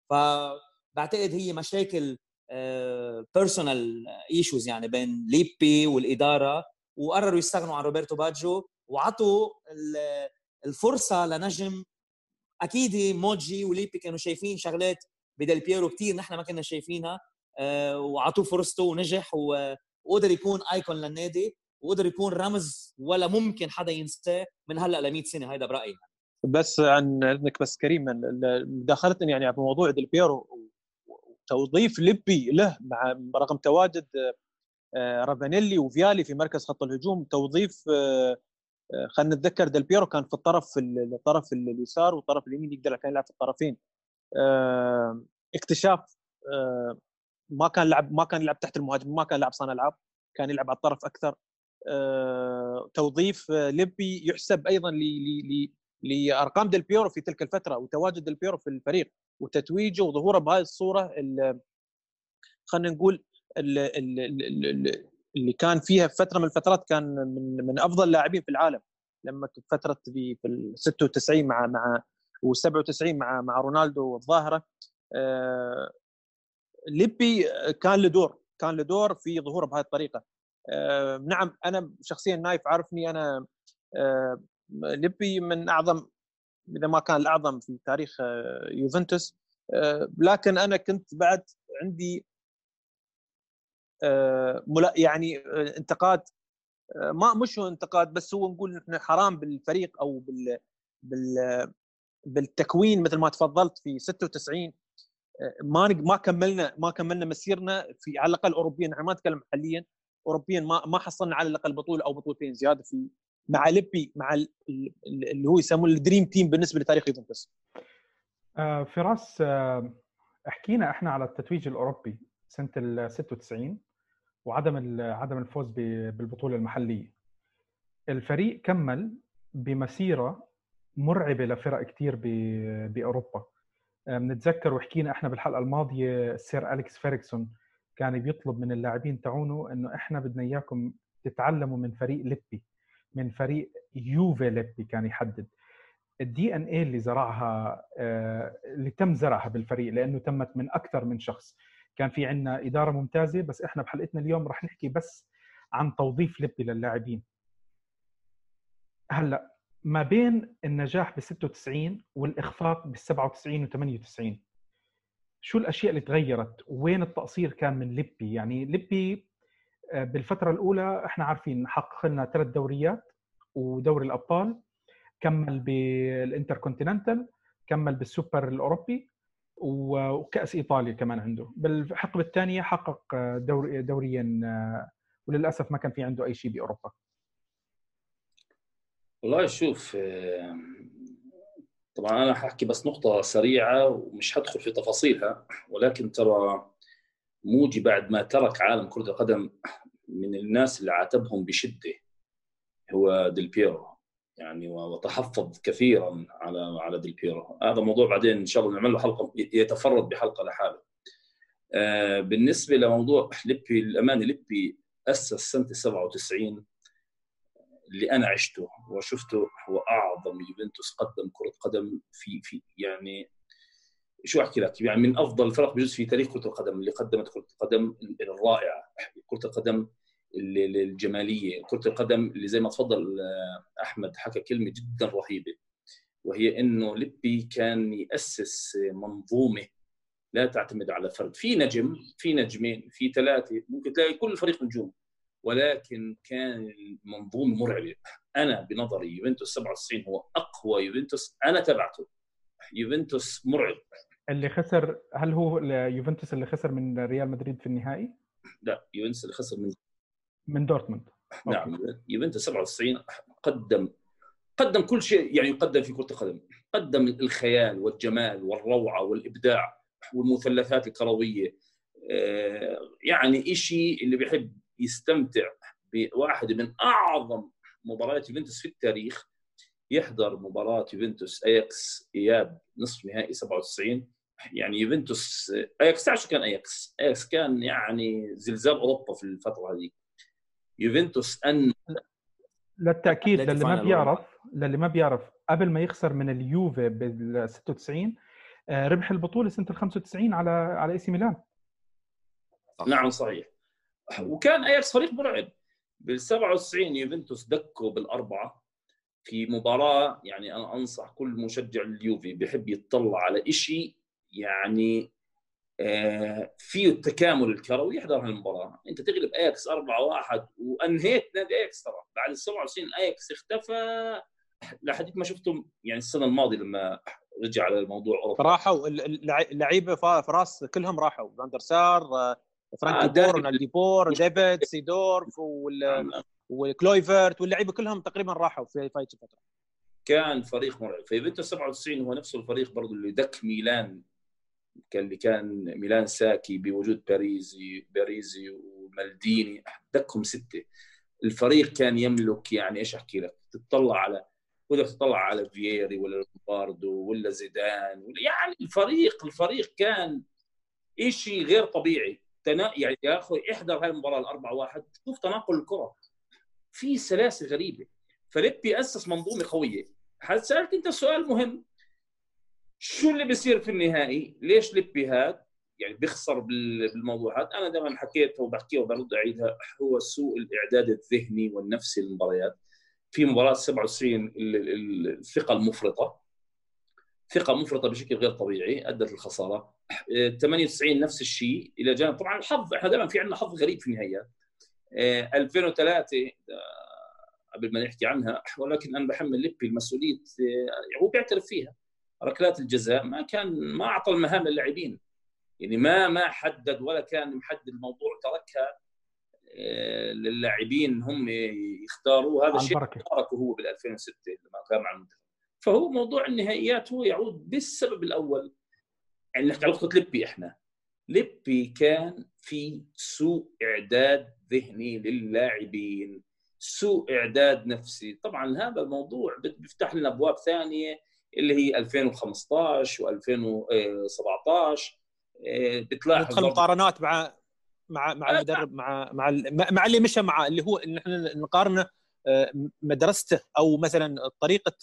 فبعتقد هي مشاكل بيرسونال ايشوز يعني بين ليبي والاداره، وقرروا يستغنوا عن روبرتو باجيو وعطوا الفرصه لنجم. اكيد موجي وليبي كانوا شايفين شغلات بديل بييرو كتير نحن ما كنا شايفينها، وعطوه فرصته ونجح وقدر يكون ايكون للنادي، وقدر يكون رمز ولا ممكن حدا ينساه من هلا ل 100 سنه. هيدا برايي. بس عن اذنك بس كريم، دخلتني يعني بموضوع ديل بييرو وتوظيف ليبي له مع رغم تواجد رافانيلي وفيالي في مركز خط الهجوم. توظيف خلينا نتذكر ديل بييرو كان في الطرف اليسار والطرف اليمين، يقدر كان يلعب في الطرفين. اكتشاف ما كان يلعب تحت المهاجم، ما كان يلعب صانع العاب، كان يلعب على الطرف اكثر. توظيف ليبي يحسب ايضا لارقام ديل بييرو في تلك الفتره وتواجد ديل بييرو في الفريق وتتويجه وظهوره بهذه الصوره خلينا نقول اللي كان فيها فتره من الفترات كان من افضل اللاعبين في العالم. لما فتره في ال 96 مع و97 مع رونالدو الظاهره. ليبي كان له دور في ظهوره بهذه الطريقه. نعم انا شخصيا نايف عارفني، انا ليبي من اعظم اذا ما كان الاعظم في تاريخ يوفنتوس. لكن انا كنت بعد عندي يعني انتقاد، ما مش هو انتقاد بس هو نقول احنا حرام بالفريق او بالتكوين مثل ما تفضلت في 96 ما كملنا مسيرنا في على الاقل اوروبيا. نحن ما نتكلم محليا، اوروبيا ما حصلنا على الاقل بطوله او بطولتين زياده في مع ليبي، مع اللي هو يسموه الدريم تيم بالنسبه لتاريخ يوفنتوس. فراس، احكينا احنا على التتويج الاوروبي سنه ال 96 وعدم الفوز بالبطوله المحليه. الفريق كمل بمسيره مرعبه لفرق كتير باوروبا. بنتذكر وحكينا احنا بالحلقه الماضيه السير أليكس فيرغسون كان بيطلب من اللاعبين تاعونه انه احنا بدنا اياكم تتعلموا من فريق ليبي، من فريق يوفي ليبي. كان يحدد الدي ان اي اللي زرعها، اللي تم زرعها بالفريق، لانه تمت من اكثر من شخص. كان في عندنا اداره ممتازه، بس احنا بحلقتنا اليوم رح نحكي بس عن توظيف ليبي للاعبين. هلا ما بين النجاح بال 96 والاخفاق بال 97 و 98، شو الاشياء اللي تغيرت؟ وين التقصير كان من ليبي؟ يعني ليبي بالفتره الاولى احنا عارفين حقق لنا 3 دوريات ودوري الابطال، كمل بالانتركونتيننتال، كمل بالسوبر الاوروبي وكاس ايطاليا كمان عنده. بالحقبه الثانيه حقق دوريين، وللاسف ما كان في عنده اي شيء باوروبا. والله شوف، طبعا انا حاحكي بس نقطه سريعه ومش هدخل في تفاصيلها، ولكن ترى موجي بعد ما ترك عالم كره القدم من الناس اللي عاتبهم بشده هو ديل بييرو. يعني وتحفظ كثيرا على ديل بيرو. هذا موضوع بعدين ان شاء الله نعمل له حلقه، يتفرد بحلقه لحاله. بالنسبه لموضوع ليبي، الامانه ليبي اسس سنه 97 اللي انا عشته وشفته، هو اعظم يوفنتوس قدم كره قدم في يعني شو احكي لك، يعني من افضل الفرق بجوز في تاريخ كره القدم، اللي قدمت كره القدم الرائعه، كره القدم الجماليه، كره القدم اللي زي ما تفضل احمد حكى كلمه جدا رهيبه، وهي انه ليبي كان ياسس منظومه لا تعتمد على فرد، في نجم، في نجمين، في ثلاثه، ممكن تلاقي كل فريق نجوم، ولكن كان المنظومه مرعبه. انا بنظري يوفنتوس 97 هو اقوى يوفنتوس انا تبعته، يوفنتوس مرعب. اللي خسر، هل هو يوفنتوس اللي خسر من ريال مدريد في النهائي؟ لا، يوفنتوس اللي خسر من دورتموند. نعم. يوفنتوس 97 قدم كل شيء يعني يقدم في كرة القدم، قدم الخيال والجمال والروعة والإبداع والمثلثات الكروية، يعني شيء اللي بيحب يستمتع بواحد من أعظم مباريات يوفنتوس في التاريخ، يحضر مباراة يوفنتوس أياكس إياب نصف نهائي 97. يعني يوفنتوس أياكس، تعرف شو كان أياكس كان يعني زلزال أوروبا في الفترة هذه. يوفنتوس للتأكيد للي ما بيعرف قبل ما يخسر من اليوفي بال 96 ربح البطولة سنة ال 95 على اي سي ميلان. نعم صحيح. وكان اياكس فريق مرعب. بال 97 يوفنتوس دكوا بالأربعة في مباراة، يعني أنا أنصح كل مشجع اليوفي بيحب يتطلع على شيء يعني فيه التكامل الكروي يحضر هالمباراة. أنت تغلب أياكس 4-1 وأنهيت نادي أياكس. ترى بعد ال 27 أياكس اختفى لحد ما شفتم يعني السنة الماضية لما رجع على الموضوع أوروبا. راحوا اللعيبة فراس كلهم راحوا، فاندر سار، فرانكي بور، رونالدي بور، ديفيد سيدورف وكلويفرت، واللعيبة كلهم تقريبا راحوا في فايت الفترة. كان فريق مرعب. فيوفنتوس 97 هو نفسه الفريق برضو اللي دك ميلان، اللي كان ميلان ساكي بوجود باريزي ومالديني، دكهم 6. الفريق كان يملك يعني ايش احكي لك، تطلع على فييري ولا لومباردو ولا زيدان يعني الفريق كان شيء غير طبيعي. يعني يا اخوي احضر هاي المباراه 4-1 شوف تناقل الكره في سلاسه غريبه. فليبي اسس منظومه قويه. سالت انت سؤال مهم، شو اللي بيصير في النهائي؟ ليش ليبي هاد يعني بيخسر بالموضوع هذا؟ انا دائما حكيتها وبحكيها وبرد اعيدها، هو سوء الاعداد الذهني والنفسي للمباريات. في مباراه 97 الثقه المفرطه، ثقه مفرطه بشكل غير طبيعي ادت الخساره. 98 نفس الشيء، الى جانب طبعا الحظ، احنا دائما في عندنا حظ غريب في النهائيات. 2003 قبل ما نحكي عنها، ولكن انا بحمل ليبي المسؤوليه، هو بيعترف فيها. ركلات الجزاء ما اعطى المهام للاعبين، يعني ما حدد ولا كان محدد الموضوع، تركها للاعبين هم يختاروا. هذا الشيء تركه هو بال 2006 لما كان مع المنتخب. فهو موضوع النهائيات هو يعود بالسبب الاول، يعني نحكي على نقطه ليبي. احنا ليبي كان في سوء اعداد ذهني للاعبين، سوء اعداد نفسي. طبعا هذا الموضوع بيفتح لنا ابواب ثانيه اللي هي 2015 و2017. بتلاحظ ندخل مقارنات مع المدرب، مع اللي مشى معه، اللي هو ان احنا نقارنه مدرسته او مثلا طريقه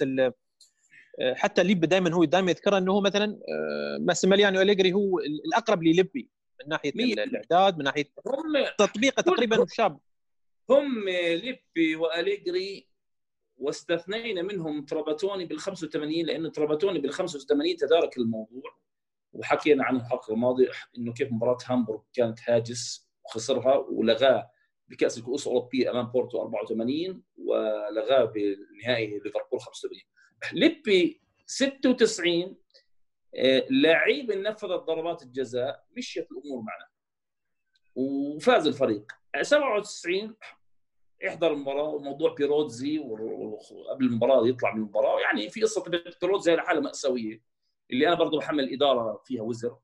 حتى اللي دائما هو يذكره انه هو مثلا ماسيميليانو أليجري هو الاقرب لليبي من ناحيه الاعداد، من ناحيه تطبيقه تقريبا شاب. هم ليبي وأليجري، واستثنينا منهم تراباتوني بال 85، لانه تراباتوني بال 85 تدارك الموضوع، وحكينا عنه الحلقه الماضيه انه كيف مباراه هامبورغ كانت هاجس وخسرها ولغاه بكاس الكؤوس الاوروبيه امام بورتو 84 ولغاه بالنهائي ليفربول 85. ليبي 96 لاعب نفذت ضربات الجزاء، مشيت الامور معنا وفاز الفريق. 97 يحضر المباراه وموضوع بيروتزي، وقبل المباراه يطلع من المباراه، يعني في قصه بيروتزي لحاله ماساويه اللي انا برضه بحمل الاداره فيها وزر.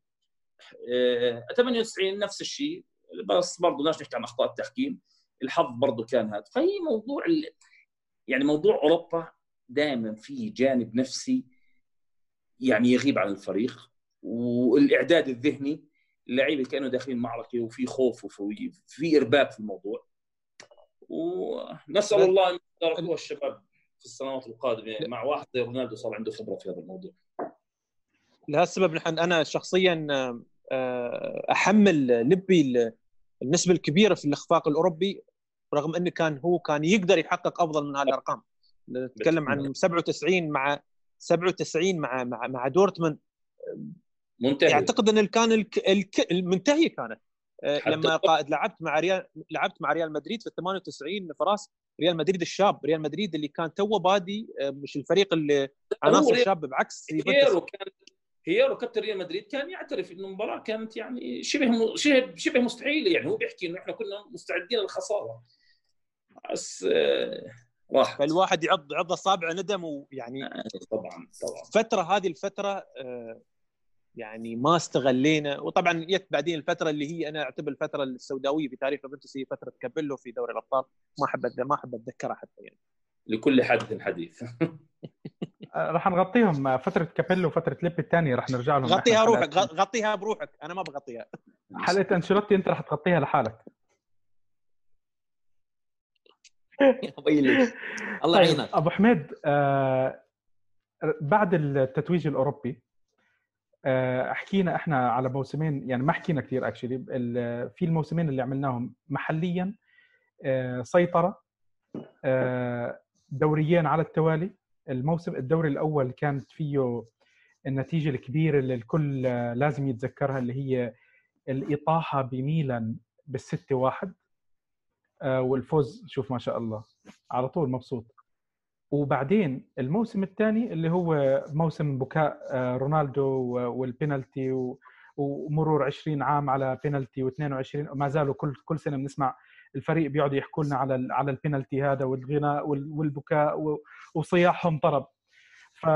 98 نفس الشيء، بس برضه بدناش نحكي عن اخطاء التحكيم، الحظ برضه كان هذا. فهي موضوع يعني موضوع اوروبا دائما في جانب نفسي يعني يغيب عن الفريق، والاعداد الذهني اللعيبه كانوا داخلين معركه وفي خوف وفي ارباك في الموضوع. ونسال الله ان يتركوها الشباب في السنوات القادمه مع واحد زي رونالدو صار عنده خبره في هذا الموضوع. لهالسبب نحن انا شخصيا احمل لبي النسبه الكبيره في الاخفاق الاوروبي، رغم انه كان يقدر يحقق افضل من هالارقام. نتكلم عن 97 مع دورتموند، منتهي. اعتقد ان كان المنتهيه كانت لما لعبت مع ريال مدريد في 98 فراس، ريال مدريد الشاب، ريال مدريد اللي كان توه بادي، مش الفريق اللي عناصر شاب بعكس هيرو كابتن ريال مدريد كان يعترف انه المباراه كانت يعني شبه مستحيله، يعني هو بيحكي انه احنا كنا مستعدين للخساره بس راحت. فالواحد يعض اصابعه ندم، ويعني طبعا هذه الفتره يعني ما استغلينا. وطبعا جت بعدين الفتره اللي هي انا اعتبر الفتره السوداويه في تاريخ يوفنتوس، هي فتره كابيلو في دوري الابطال، ما احب اتذكرها حتى يعني. لكل حديث. راح نغطيهم فتره كابيلو وفتره ليبي الثانيه، راح نرجع لهم. غطيها بروحك، انا ما بغطيها. حلقه انشيلوتي انت راح تغطيها لحالك. الله يعينك. ابو حميد، بعد التتويج الاوروبي حكينا احنا على موسمين، يعني ما حكينا كثير اكشلي في الموسمين اللي عملناهم محليا، سيطره دوريين على التوالي. الدوري الاول كانت فيه النتيجه الكبيره اللي الكل لازم يتذكرها، اللي هي الاطاحه بميلان بال6-1 والفوز. شوف ما شاء الله على طول مبسوط. وبعدين الموسم الثاني اللي هو موسم بكاء رونالدو والبينالتي ومرور 20 عام على بينالتي و22، وما زالوا كل سنه بنسمع الفريق بيقعدوا يحكوا لنا على البينالتي هذا والغناء والبكاء وصياحهم طرب. ف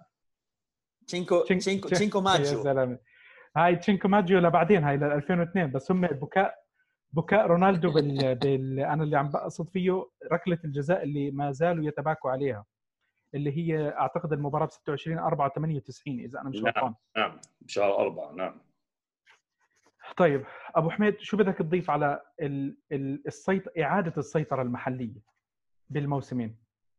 تشينكو ماجيو، هاي تشينكو ماجيو لبعدين، هاي ل 2002. بس هم بكاء رونالدو انا اللي عم بقصد فيه ركله الجزاء اللي ما زالوا يتباكوا عليها، اللي هي اعتقد المباراه ب 26/4/98 اذا انا مش غلطان. نعم بشهر 4. نعم. طيب ابو حميد، شو بدك تضيف على اعاده السيطره المحليه بالموسمين؟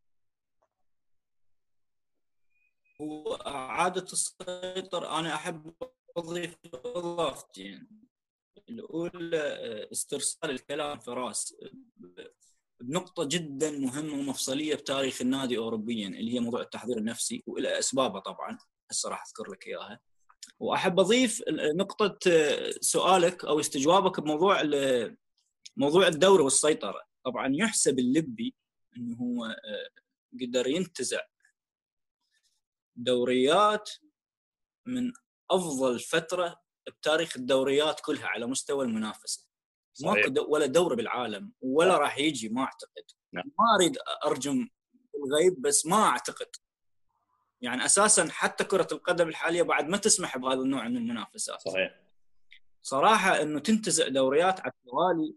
وإعادة السيطرة أنا أحب أضيف إضافتين. الأولى استرسال الكلام فراس بنقطة جدا مهمة ومفصلية بتاريخ النادي أوروبيا، اللي هي موضوع التحضير النفسي، وإلى أسبابه طبعا هسه راح أذكر لك إياها. وأحب أضيف نقطة سؤالك أو استجوابك بموضوع موضوع الدوري والسيطرة. طبعا يحسب اللبي أنه هو قدر ينتزع دوريات من أفضل فترة بتاريخ الدوريات كلها على مستوى المنافسة. ماكو ولا دوري بالعالم ولا راح يجي، ما أعتقد. ما أريد أرجم الغيب بس ما أعتقد، يعني أساساً حتى كرة القدم الحالية بعد ما تسمح بهذا النوع من المنافسات. صحيح. صراحة إنه تنتزع دوريات على التوالي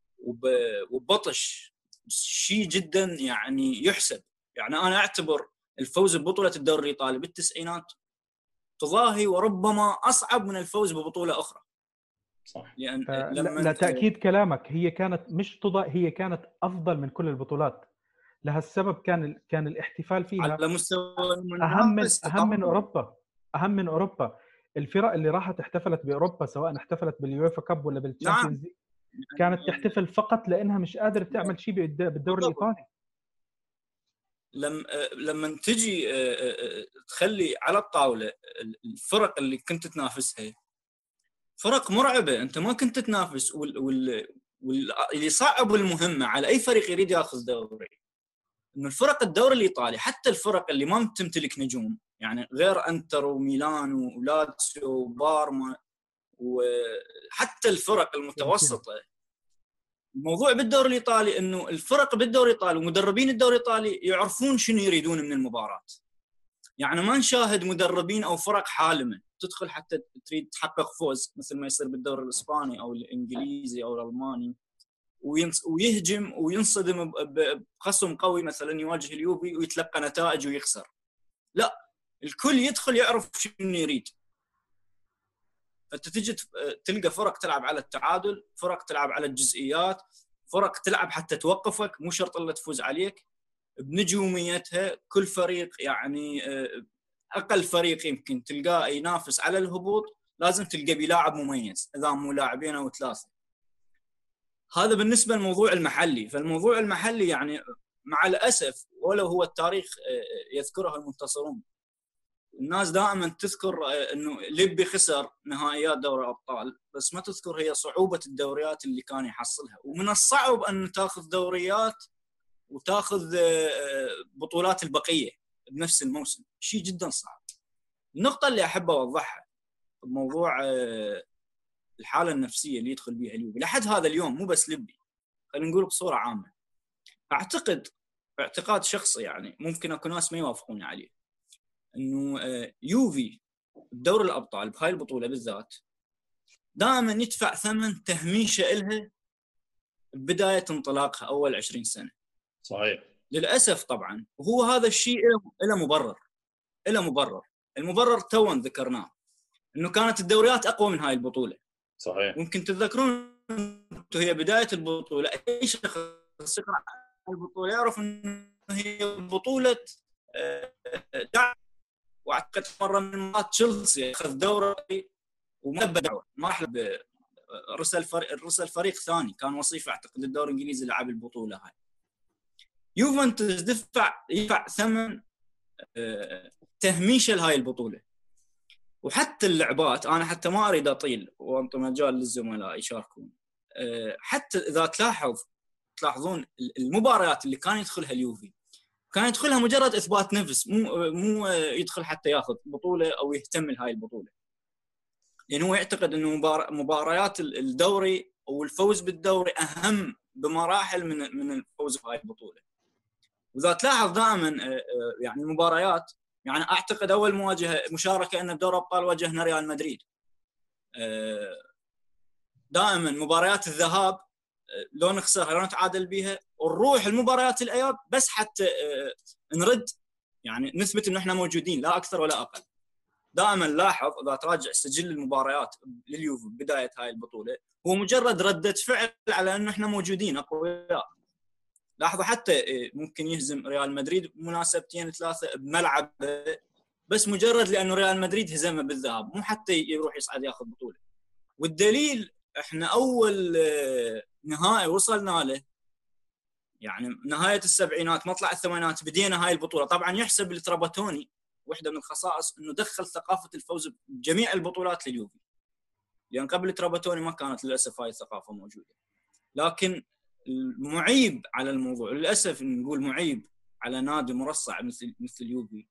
وبطش شيء جدا يعني يحسب. يعني أنا أعتبر الفوز ببطولة الدوري الإيطالي بالتسعينات تضاهي وربما أصعب من الفوز ببطولة أخرى. صح. لأن لا تأكيد كلامك، هي كانت مش هي كانت أفضل من كل البطولات. لهالسبب كان الاحتفال فيها على مستوى أهم من أوروبا. الفرق اللي راحت احتفلت بأوروبا، سواء احتفلت باليويفا كاب ولا بالتشامبيونز ليج، كانت تحتفل فقط لأنها مش قادرة تعمل شيء بالدوري الإيطالي. لما تجي تخلي على الطاولة الفرق اللي كنت تنافسها فرق مرعبة، أنت ما كنت تنافس. واللي صعب المهمة على أي فريق يريد يأخذ دوري إنه الفرق الدوري الإيطالي، حتى الفرق اللي ما تمتلك نجوم، يعني غير أنتر وميلان ولاتسيو وبارما وحتى الفرق المتوسطة. الموضوع بالدوري الإيطالي إنه الفرق بالدوري الإيطالي ومدربين الدوري الإيطالي يعرفون شنو يريدون من المباراة. يعني ما نشاهد مدربين أو فرق حالمة تدخل حتى تريد تحقق فوز مثل ما يصير بالدوري الإسباني أو الإنجليزي أو الألماني. ويهجم وينصدم بخصم قوي مثلا يواجه اليوفي ويتلقى نتائج ويخسر. لا، الكل يدخل يعرف شنو يريد. فانت تجي تلقى فرق تلعب على التعادل، فرق تلعب على الجزئيات، فرق تلعب حتى توقفك، مو شرط الا تفوز عليك بنجوميتها. كل فريق يعني اقل فريق يمكن تلقاه ينافس على الهبوط لازم تلقى بلاعب مميز، اذا مو لاعبين او ثلاثه. هذا بالنسبه للموضوع المحلي. فالموضوع المحلي يعني مع الاسف ولو هو التاريخ يذكره المنتصرون، الناس دائما تذكر انه ليبي خسر نهائيات دوري الابطال، بس ما تذكر هي صعوبه الدوريات اللي كان يحصلها. ومن الصعب ان تاخذ دوريات وتاخذ بطولات البقيه بنفس الموسم، شيء جدا صعب. النقطه اللي احب اوضحها بموضوع الحاله النفسيه اللي يدخل بها اليوفي لحد هذا اليوم، مو بس ليبي، خلينا نقول بصوره عامه. اعتقد اعتقاد شخصي يعني ممكن اكو ناس ما يوافقوني عليه، انه يوفي بدوري الابطال بهاي البطوله بالذات دائما يدفع ثمن تهميشه إلها بدايه انطلاقها اول 20 سنه. صحيح. للاسف طبعا، وهو هذا الشيء له مبرر. المبرر تو ذكرناه، انه كانت الدوريات اقوى من هاي البطوله. صحيح. ممكن تتذكرون هي بدايه البطوله، اي شخص يقرا البطوله يعرف انه هي بطوله واعتقد مره من المرات تشيلسي اخذ دوري وما بدعوه، ما راح رسل فريق ثاني كان وصيف اعتقد الدوري الانجليزي لعب البطوله هاي. يوفنتوس يدفع ثمن تهميشه لهاي البطوله. وحتى اللعبات، انا حتى ما اريد اطيل وانطي مجال للزملاء يشاركون، حتى اذا تلاحظون المباريات اللي كان يدخلها اليوفي كان يدخلها مجرد اثبات نفس، مو يدخل حتى ياخذ بطوله او يهتم لهاي البطوله، لانه هو يعتقد انه مباريات الدوري او الفوز بالدوري اهم بمراحل من الفوز بهاي البطوله. واذا تلاحظ دائما يعني المباريات، يعني اعتقد اول مواجهه مشاركه انه بدوري الابطال واجهنا ريال مدريد. دائما مباريات الذهاب لو نخسرها لو نتعادل بها ونروح المباريات الاياب بس حتى نرد، يعني نثبت انه احنا موجودين لا اكثر ولا اقل. دائما لاحظ اذا تراجع سجل المباريات لليوفي بدايه هاي البطوله هو مجرد رده فعل على انه احنا موجودين اقوياء. لاحظوا حتى ممكن يهزم ريال مدريد مناسبتين ثلاثه بملعبه بس مجرد لانه ريال مدريد هزمه بالذهاب، مو حتى يروح يصعد ياخذ بطوله. والدليل احنا اول نهائي وصلنا له يعني نهايه السبعينات مطلع الثمانينات بدينا هاي البطوله. طبعا يحسب لتراباتوني واحده من الخصائص انه دخل ثقافه الفوز بجميع البطولات لليوفي، لان قبل تراباتوني ما كانت للاسف هاي الثقافه موجوده. لكن المعيب على الموضوع للاسف نقول معيب على نادي مرصع مثل اليوفي،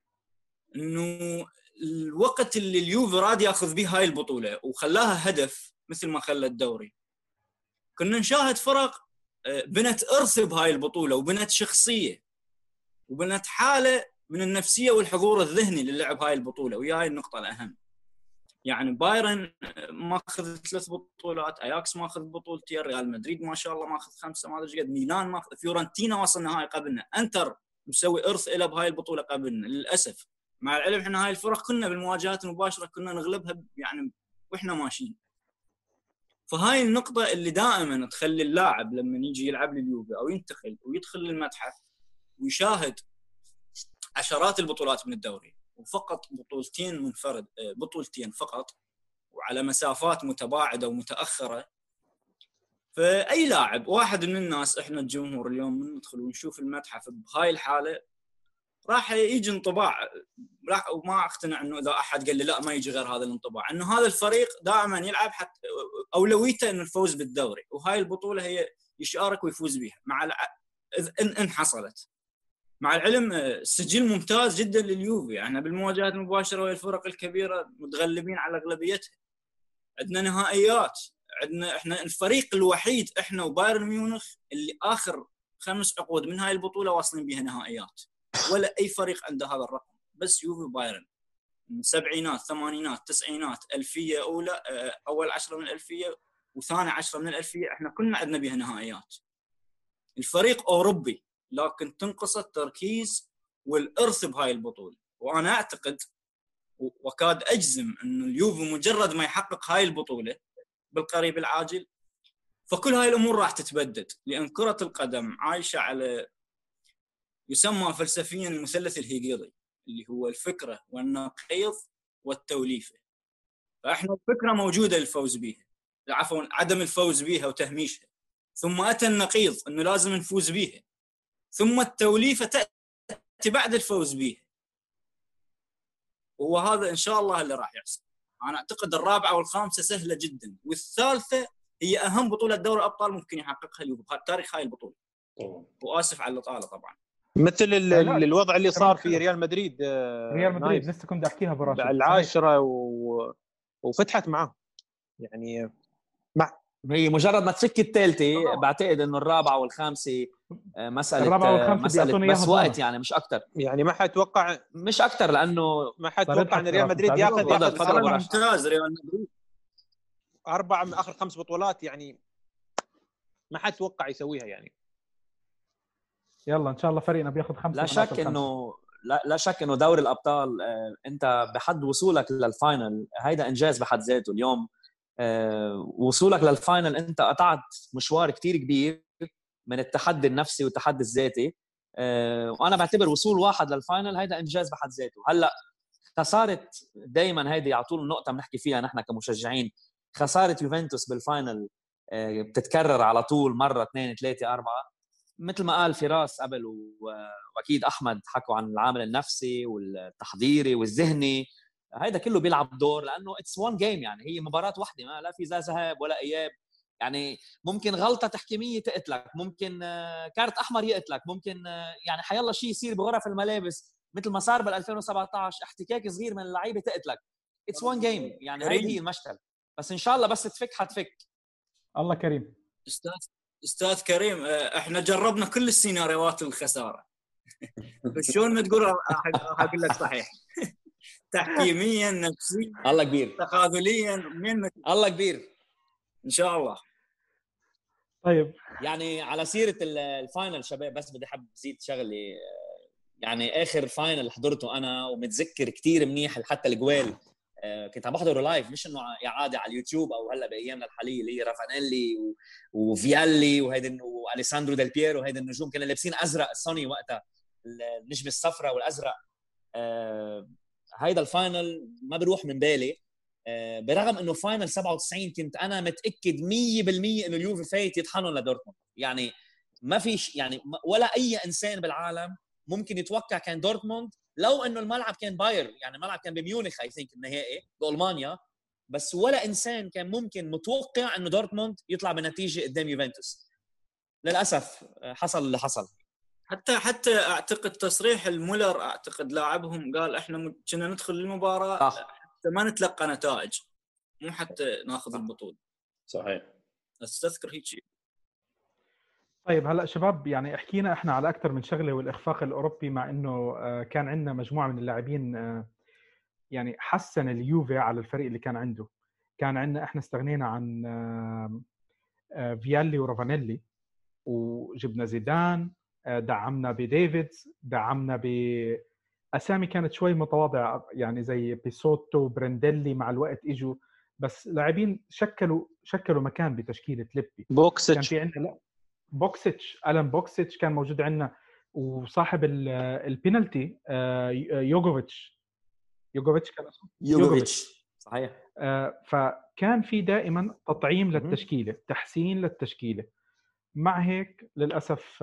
انه الوقت اللي اليوفي راد ياخذ به هاي البطوله وخلاها هدف مثل ما خلى الدوري، كنا نشاهد فرق بنت ارث بهاي البطوله وبنت شخصيه وبنت حاله من النفسيه والحضور الذهني للعب هاي البطوله. ويا هاي النقطه الاهم، يعني بايرن ماخذ 3 بطولات، اياكس ماخذ بطولتين، ريال مدريد ما شاء الله ماخذ 5 ما ادري قد، ميلان ماخذ، فيورنتينا وصل نهائي قبلنا، انتر مسوي ارث له بهاي البطوله قبلنا للاسف. مع العلم احنا هاي الفرق كنا بالمواجهات المباشره كنا نغلبها يعني واحنا ماشيين. فهاي النقطه اللي دائما تخلي اللاعب لما يجي يلعب لليوفي او ينتقل ويدخل للمتحف ويشاهد عشرات البطولات من الدوري وفقط بطولتين فقط وعلى مسافات متباعده ومتاخره. فاي لاعب واحد من الناس، احنا الجمهور اليوم من ندخل ونشوف المتحف بهاي الحاله راح يجي انطباع، وما اقتنع انه اذا احد قال لي لا ما يجي غير هذا الانطباع، انه هذا الفريق دائما يلعب حتى اولويته انه الفوز بالدوري، وهاي البطوله هي يشارك ويفوز بها مع ان حصلت. مع العلم السجل ممتاز جدا لليوفي، احنا بالمواجهات المباشره والفرق الكبيره متغلبين على اغلبيتها، عندنا نهائيات، عندنا احنا الفريق الوحيد احنا وبايرن ميونخ اللي اخر 5 عقود من هاي البطوله واصلين بها نهائيات، ولا اي فريق عنده هذا الرقم، بس يوفي وبايرن. من السبعينات، ثمانينات، تسعينات، الفيه اولى، اول 10 من الالفيه وثاني 10 من الألفية احنا كنا عندنا بها نهائيات. الفريق أوروبي لكن تنقص التركيز والإرث بهاي البطولة. وأنا أعتقد وكاد أجزم أنه اليوفي مجرد ما يحقق هاي البطولة بالقريب العاجل فكل هاي الأمور راح تتبدد، لأن كرة القدم عايشة على يسمى فلسفيا المثلث الهيجيري اللي هو الفكرة والنقيض والتوليفة. فإحنا الفكرة موجودة للفوز بها، عفوا عدم الفوز بها وتهميشها، ثم أتى النقيض أنه لازم نفوز بها، ثم التوليفة تأتي بعد الفوز بها. وهذا إن شاء الله اللي راح يحصل. أنا أعتقد الرابعة والخامسة سهلة جدا، والثالثة هي أهم بطولة دوري الأبطال ممكن يحققها اليوفي تاريخ هاي البطولة. وآسف على الإطالة طبعا. مثل الوضع اللي صار في ريال مدريد. ريال مدريد لسه كنت احكيها براشد العاشرة وفتحت معه يعني هي مجرد ما تفك الثالثه بعتقد انه الرابعه والخامسه مساله بس وقت يعني مش اكثر. يعني ما حتوقع مش اكثر لانه ما حتوقع ان ريال مدريد ياخذ ممتاز. ريال مدريد 4 من اخر 5 بطولات يعني ما حتوقع يسويها يعني. يلا ان شاء الله فريقنا بياخذ 5. لا شك انه دوري الابطال انت بحد وصولك للفاينل هيدا انجاز بحد ذاته. اليوم وصولك للفاينل انت قطعت مشوار كتير كبير من التحدي النفسي والتحدي الذاتي، وانا بعتبر وصول واحد للفاينل هيدا انجاز بحد ذاته. هلا خساره دائما هيدي على طول النقطه بنحكي فيها نحن كمشجعين، خساره يوفنتوس بالفاينل بتتكرر على طول مره 2 3 4 مثل ما قال فراس قبل واكيد احمد حكوا عن العامل النفسي والتحضيري والذهني. هيدا كله بيلعب دور لانه اتس وان جيم، يعني هي مباراه واحده ما لا في ذهاب ولا اياب. يعني ممكن غلطه تحكيميه تقتلك، ممكن كارت احمر يقتلك، ممكن يعني حيالله شيء يصير بغرف الملابس مثل ما صار بال 2017 احتكاك صغير من اللعيبه تقتلك. اتس وان جيم يعني هذه هي المشكله. بس ان شاء الله بس تفك حتفك. الله كريم. استاذ كريم احنا جربنا كل السيناريوهات الخساره. شلون ما تقول اقول لك صحيح. تحكيميا نفسيا الله كبير، تخاذليا الله كبير ان شاء الله. طيب يعني على سيره الفاينل شباب بس بدي حب زيد شغله. يعني اخر فاينل حضرته انا ومتذكر كتير منيح حتى الجوال كنت عم بحضره لايف مش انه اعاده على اليوتيوب او هلا بايامنا الحاليه اللي هي رافانيلي وفيالي وهيدا واليساندرو ديل بييرو وهيدا النجوم كانوا لابسين ازرق سوني وقتها النجمه الصفراء والازرق. هيدا الفاينل ما بروح من بالي برغم انه فاينل 97 كنت انا متاكد 100% انه اليوفي فايت يطحنهم لدورتموند. يعني ما فيش يعني ولا اي انسان بالعالم ممكن يتوقع كان دورتموند لو انه الملعب كان باير، يعني الملعب كان بميونخ اي ثينك النهائي بالمانيا، بس ولا انسان كان ممكن متوقع انه دورتموند يطلع بنتيجه قدام يوفنتوس. للاسف حصل اللي حصل. حتى اعتقد تصريح المولر اعتقد لاعبهم قال احنا كنا ندخل المباراه حتى ما نتلقى نتائج مو حتى ناخذ البطوله. صحيح استذكر هيك شيء. طيب هلا شباب يعني حكينا احنا على اكثر من شغله والاخفاق الاوروبي مع انه كان عندنا مجموعه من اللاعبين يعني حسن اليوفي على الفريق اللي كان عنده. كان عندنا احنا استغنينا عن فيالي ورافانيلي وجبنا زيدان، دعمنا بديفيدز، دعمنا باسامي كانت شوي متواضعه يعني زي بيسوتو برنديلي مع الوقت اجوا بس لاعبين شكلوا مكان بتشكيله ليبي. بوكسيتش كان في عندنا بوكسيتش ألان بوكسيتش كان موجود عندنا وصاحب البينالتي يوغوفيتش كان اسمه يوغوفيتش صحيح. فكان في دائما تطعيم للتشكيله تحسين للتشكيله. مع هيك للاسف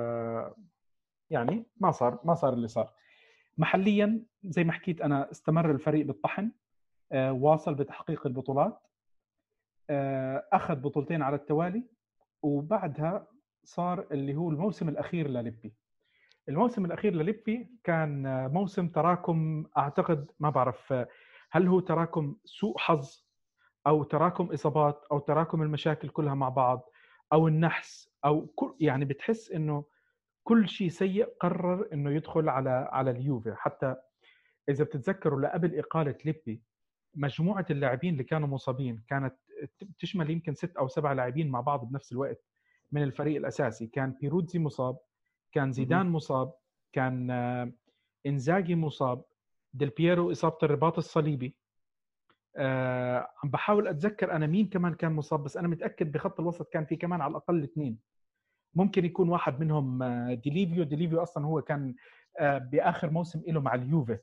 يعني ما صار اللي صار. محليا زي ما حكيت انا استمر الفريق بالطحن، واصل بتحقيق البطولات، اخذ بطولتين على التوالي، وبعدها صار اللي هو الموسم الأخير لليبي. الموسم الأخير لليبي كان موسم تراكم، أعتقد ما بعرف هل هو تراكم سوء حظ أو تراكم إصابات أو تراكم المشاكل كلها مع بعض أو النحس أو كل يعني بتحس إنه كل شيء سيء قرر إنه يدخل على اليوفي. حتى إذا بتتذكروا لقبل إقالة ليبي مجموعة اللاعبين اللي كانوا مصابين كانت بتشمل يمكن 6 أو 7 لاعبين مع بعض بنفس الوقت من الفريق الأساسي. كان بيروتزي مصاب، كان زيدان مصاب، كان إنزاغي مصاب، ديل بييرو إصابة الرباط الصليبي. عم بحاول أتذكر أنا مين كمان كان مصاب، بس أنا متأكد بخط الوسط كان في كمان على الأقل 2. ممكن يكون واحد منهم ديليفيو أصلا هو كان بآخر موسم له مع اليوفي.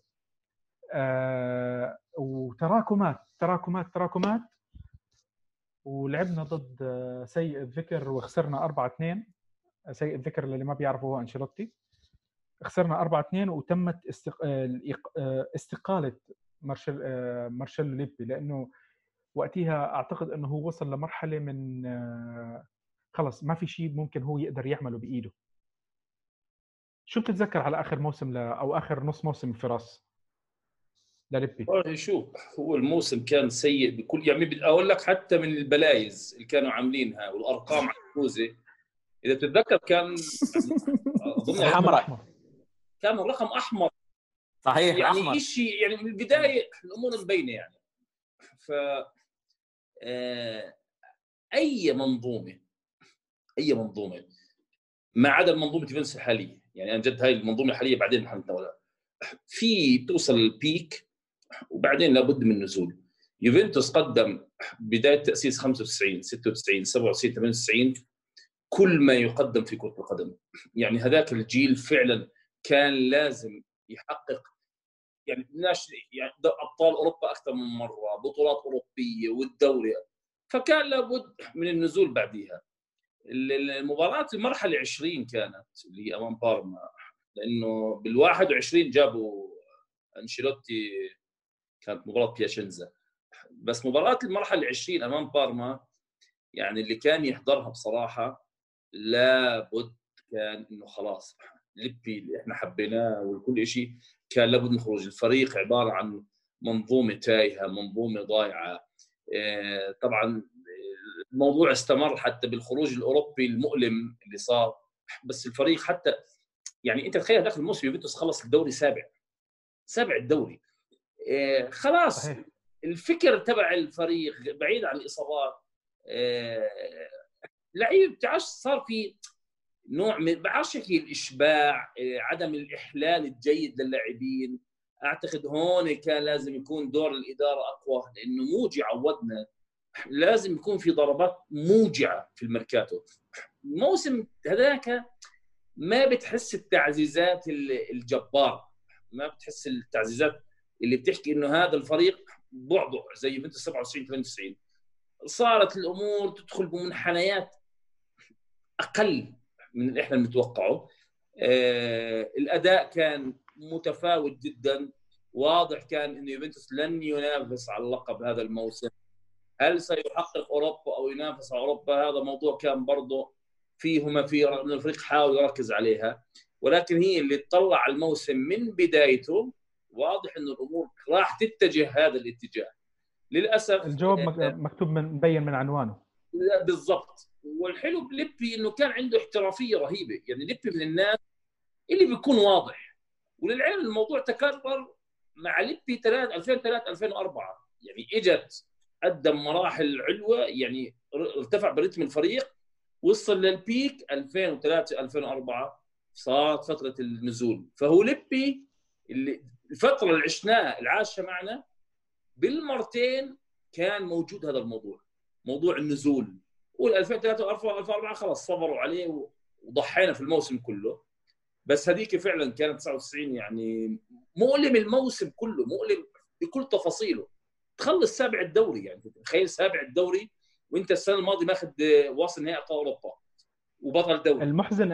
وتراكمات ولعبنا ضد سيء الذكر وخسرنا 4-2. سيء الذكر اللي ما بيعرفه هو أنشيلوتي. خسرنا 4-2 وتمت استقالة مارشيلو ليبي، لأنه وقتها أعتقد أنه هو وصل لمرحلة من خلص ما في شيء ممكن هو يقدر يعمله بإيده. شو بتتذكر على آخر موسم أو آخر نص موسم فراس لليبي؟ شوف، هو الموسم كان سيء بكل، يعني بدي أقول لك حتى من البلايز اللي كانوا عاملينها والأرقام عجوزة. إذا تتذكر كان أظن حمراء، كان الرقم أحمر صحيح، يعني أحمر. شيء يعني من البداية الأمور مبينة يعني. ف أي منظومة ما عدا منظومة يوفنتوس الحالية، يعني أنا جد هاي المنظومة الحالية بعدين حنتناولها، في توصل البيك وبعدين لابد من النزول. يوفنتوس قدم بداية تأسيس 95 96 97 98 كل ما يقدم في كرة القدم. يعني هذاك الجيل فعلا كان لازم يحقق يعني أبطال أوروبا أكثر من مرة، بطولات أوروبية والدوري، فكان لابد من النزول بعدها. المباراة المرحلة 20 كانت اللي أمام بارما، لأنه بال21 جابوا أنشيلوتي، كانت مباراة بياشنزا. بس مباراة المرحلة 20 أمام بارما يعني اللي كان يحضرها بصراحة لابد كان إنه خلاص ليبي اللي إحنا حبيناه وكل شيء كان لابد من خروج. الفريق عبارة عن منظومة تايهة، منظومة ضايعة. طبعا الموضوع استمر حتى بالخروج الأوروبي المؤلم اللي صار. بس الفريق حتى يعني أنت تخيل داخل الموسم يوفنتوس خلص الدوري سابع الدوري. خلاص صحيح. الفكر تبع الفريق بعيد عن الإصابات، لعيب تعش صار في نوع من بعرفش الإشباع، عدم الإحلال الجيد للاعبين. أعتقد هون كان لازم يكون دور الإدارة أقوى، لأنه موجي عودنا لازم يكون في ضربات موجعة في الميركاتو. الموسم هذاك ما بتحس التعزيزات الجبارة، ما بتحس التعزيزات اللي بتحكي إنه هذا الفريق بعبع زي يوفنتوس 97 98. صارت الأمور تدخل بمنحنيات أقل من اللي إحنا بنتوقعه. الأداء كان متفاوت جدا، واضح كان إنه يوفنتوس لن ينافس على اللقب هذا الموسم. هل سيحقق أوروبا أو ينافس على أوروبا؟ هذا موضوع كان برضه فيهما في رغم الفريق حاول يركز عليها، ولكن هي اللي تطلع على الموسم من بدايته واضح إنه الأمور راح تتجه هذا الاتجاه. للأسف الجواب مكتوب مبين من عنوانه بالضبط. والحلو بليبي إنه كان عنده احترافية رهيبة، يعني ليبي من الناس اللي بيكون واضح. وللعلم الموضوع تكرر مع ليبي 2003 2004، يعني اجت قدم مراحل علوة، يعني ارتفع برتم الفريق، وصل للبيك 2003 2004 صارت فترة النزول. فهو ليبي اللي الفترة اللي عشناها العاشة معنا بالمرتين كان موجود هذا الموضوع، موضوع النزول. وال 2003 2004 خلاص صبروا عليه وضحينا في الموسم كله. بس هذيك فعلا كانت 99 يعني مؤلم، الموسم كله مؤلم بكل تفاصيله. تخلص سابع الدوري، يعني تخيل سابع الدوري وانت السنه الماضيه ماخذ واصل نهائي ابطال اوروبا وبطل دوري. المحزن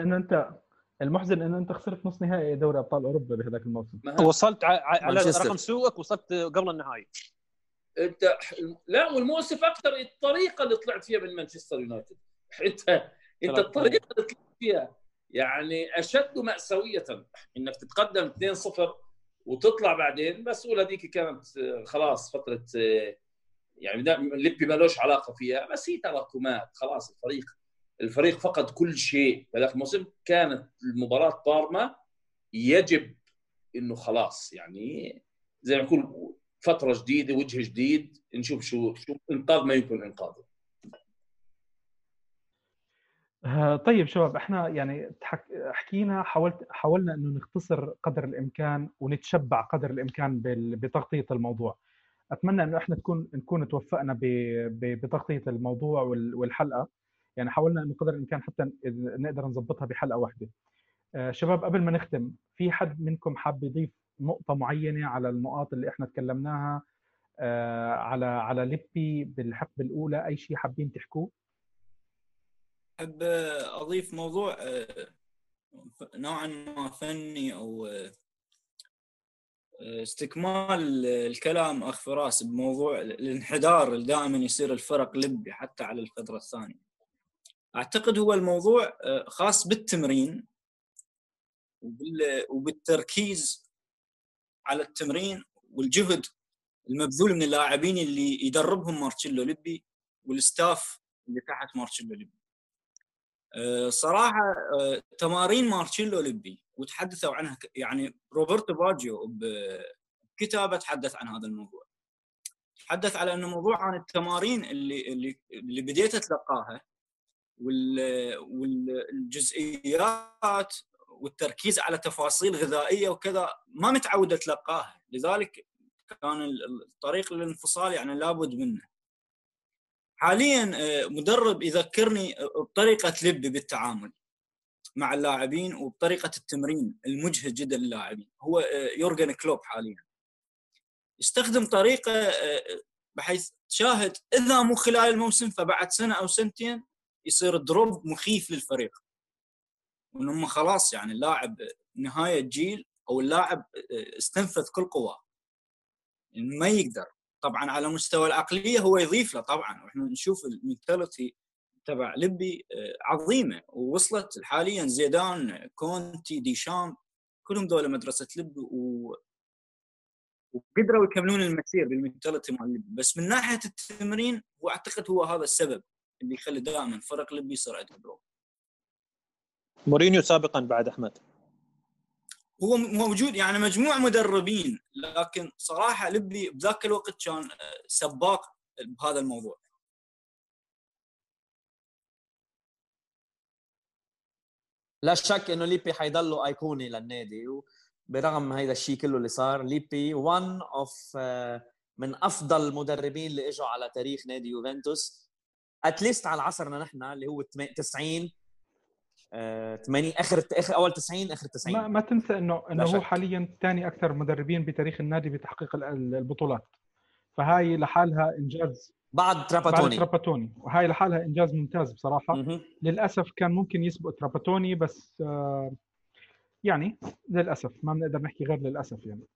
ان انت خسرت نص نهائي دوري ابطال اوروبا بهذاك الموسم. وصلت على رقم سوءك، وصلت قبل النهائي انت. لا، والمؤسف اكثر الطريقه اللي طلعت فيها من مانشستر يونايتد. انت الطريقه اللي طلعت فيها يعني اشد مأساوية، انك تتقدم 2-0 وتطلع بعدين. بس هذيك كانت خلاص فترة يعني ليبي ما لوش علاقة فيها، بس هي تراكمات. خلاص الفريق فقد كل شيء في ذاك الموسم. كانت المباراة بارما يجب انه خلاص يعني زي ما نقول فتره جديده، وجه جديد، نشوف شو انقاذ ما يمكن انقاذه. طيب شباب، احنا يعني حكينا، حاولنا انه نختصر قدر الامكان ونتشبع قدر الامكان بتغطيه الموضوع. اتمنى انه احنا نكون توفقنا بتغطيه الموضوع والحلقه. يعني حاولنا انه قدر الامكان حتى نقدر نظبطها بحلقه واحده. شباب، قبل ما نختم، في حد منكم حاب يضيف نقطه معينه على النقاط اللي احنا تكلمناها على ليبي بالحقبه الاولى؟ اي شيء حابين تحكوه؟ أحب أضيف موضوع نوعا ما فني أو استكمال الكلام أخ فراس بموضوع الانحدار اللي دائما يصير الفرق لبي حتى على الفترة الثانية. أعتقد هو الموضوع خاص بالتمرين وبالتركيز على التمرين والجهد المبذول من اللاعبين اللي يدربهم مارتشيلو ليبي والستاف اللي تحت مارتشيلو ليبي. صراحة تمارين مارتشيلو ليبي وتحدثوا عنها، يعني روبرتو باجيو بكتابه تحدث عن هذا الموضوع، تحدث على انه موضوع عن التمارين اللي بديت اتلقاها والجزئيات والتركيز على تفاصيل غذائيه وكذا ما متعود اتلقاها، لذلك كان الطريق للانفصال يعني لابد منه. حاليا مدرب يذكرني بطريقه ليبي بالتعامل مع اللاعبين وبطريقه التمرين المجهد جدا للاعبين، هو يورجن كلوب حاليا يستخدم طريقه بحيث تشاهد اذا مو خلال الموسم فبعد سنه او سنتين يصير دروب مخيف للفريق، وانهم خلاص يعني اللاعب نهايه جيل او اللاعب استنفذ كل قواه ما يقدر. طبعا على مستوى العقليه هو يضيف له طبعا، واحنا نشوف المينتاليتي تبع ليبي عظيمه، ووصلت حاليا زيدان، كونتي، ديشام، كلهم دول مدرسه ليبي وقدروا يكملون المسير بالمينتاليتي مال ليبي. بس من ناحيه التمرين واعتقد هو هذا السبب اللي يخلي دائما فرق ليبي يصير عنده دروب. مورينيو سابقا بعد احمد هو موجود يعني مجموع مدربين، لكن صراحه ليبي بذاك الوقت كان سباق بهذا الموضوع. لا شك انه ليبي حيضلوا ايقوني للنادي، برغم هذا الشيء كله اللي صار. ليبي one of من افضل المدربين اللي اجوا على تاريخ نادي يوفنتوس، اتليست على عصرنا نحن اللي هو 90 80 اخر اول 90 اخر 90. ما تنسى انه هو حاليا ثاني اكثر مدربين بتاريخ النادي بتحقيق البطولات، فهاي لحالها انجاز بعد تراباتوني، وهاي لحالها انجاز ممتاز بصراحه. للاسف كان ممكن يسبق تراباتوني، بس يعني للاسف ما بنقدر نحكي غير للاسف. يعني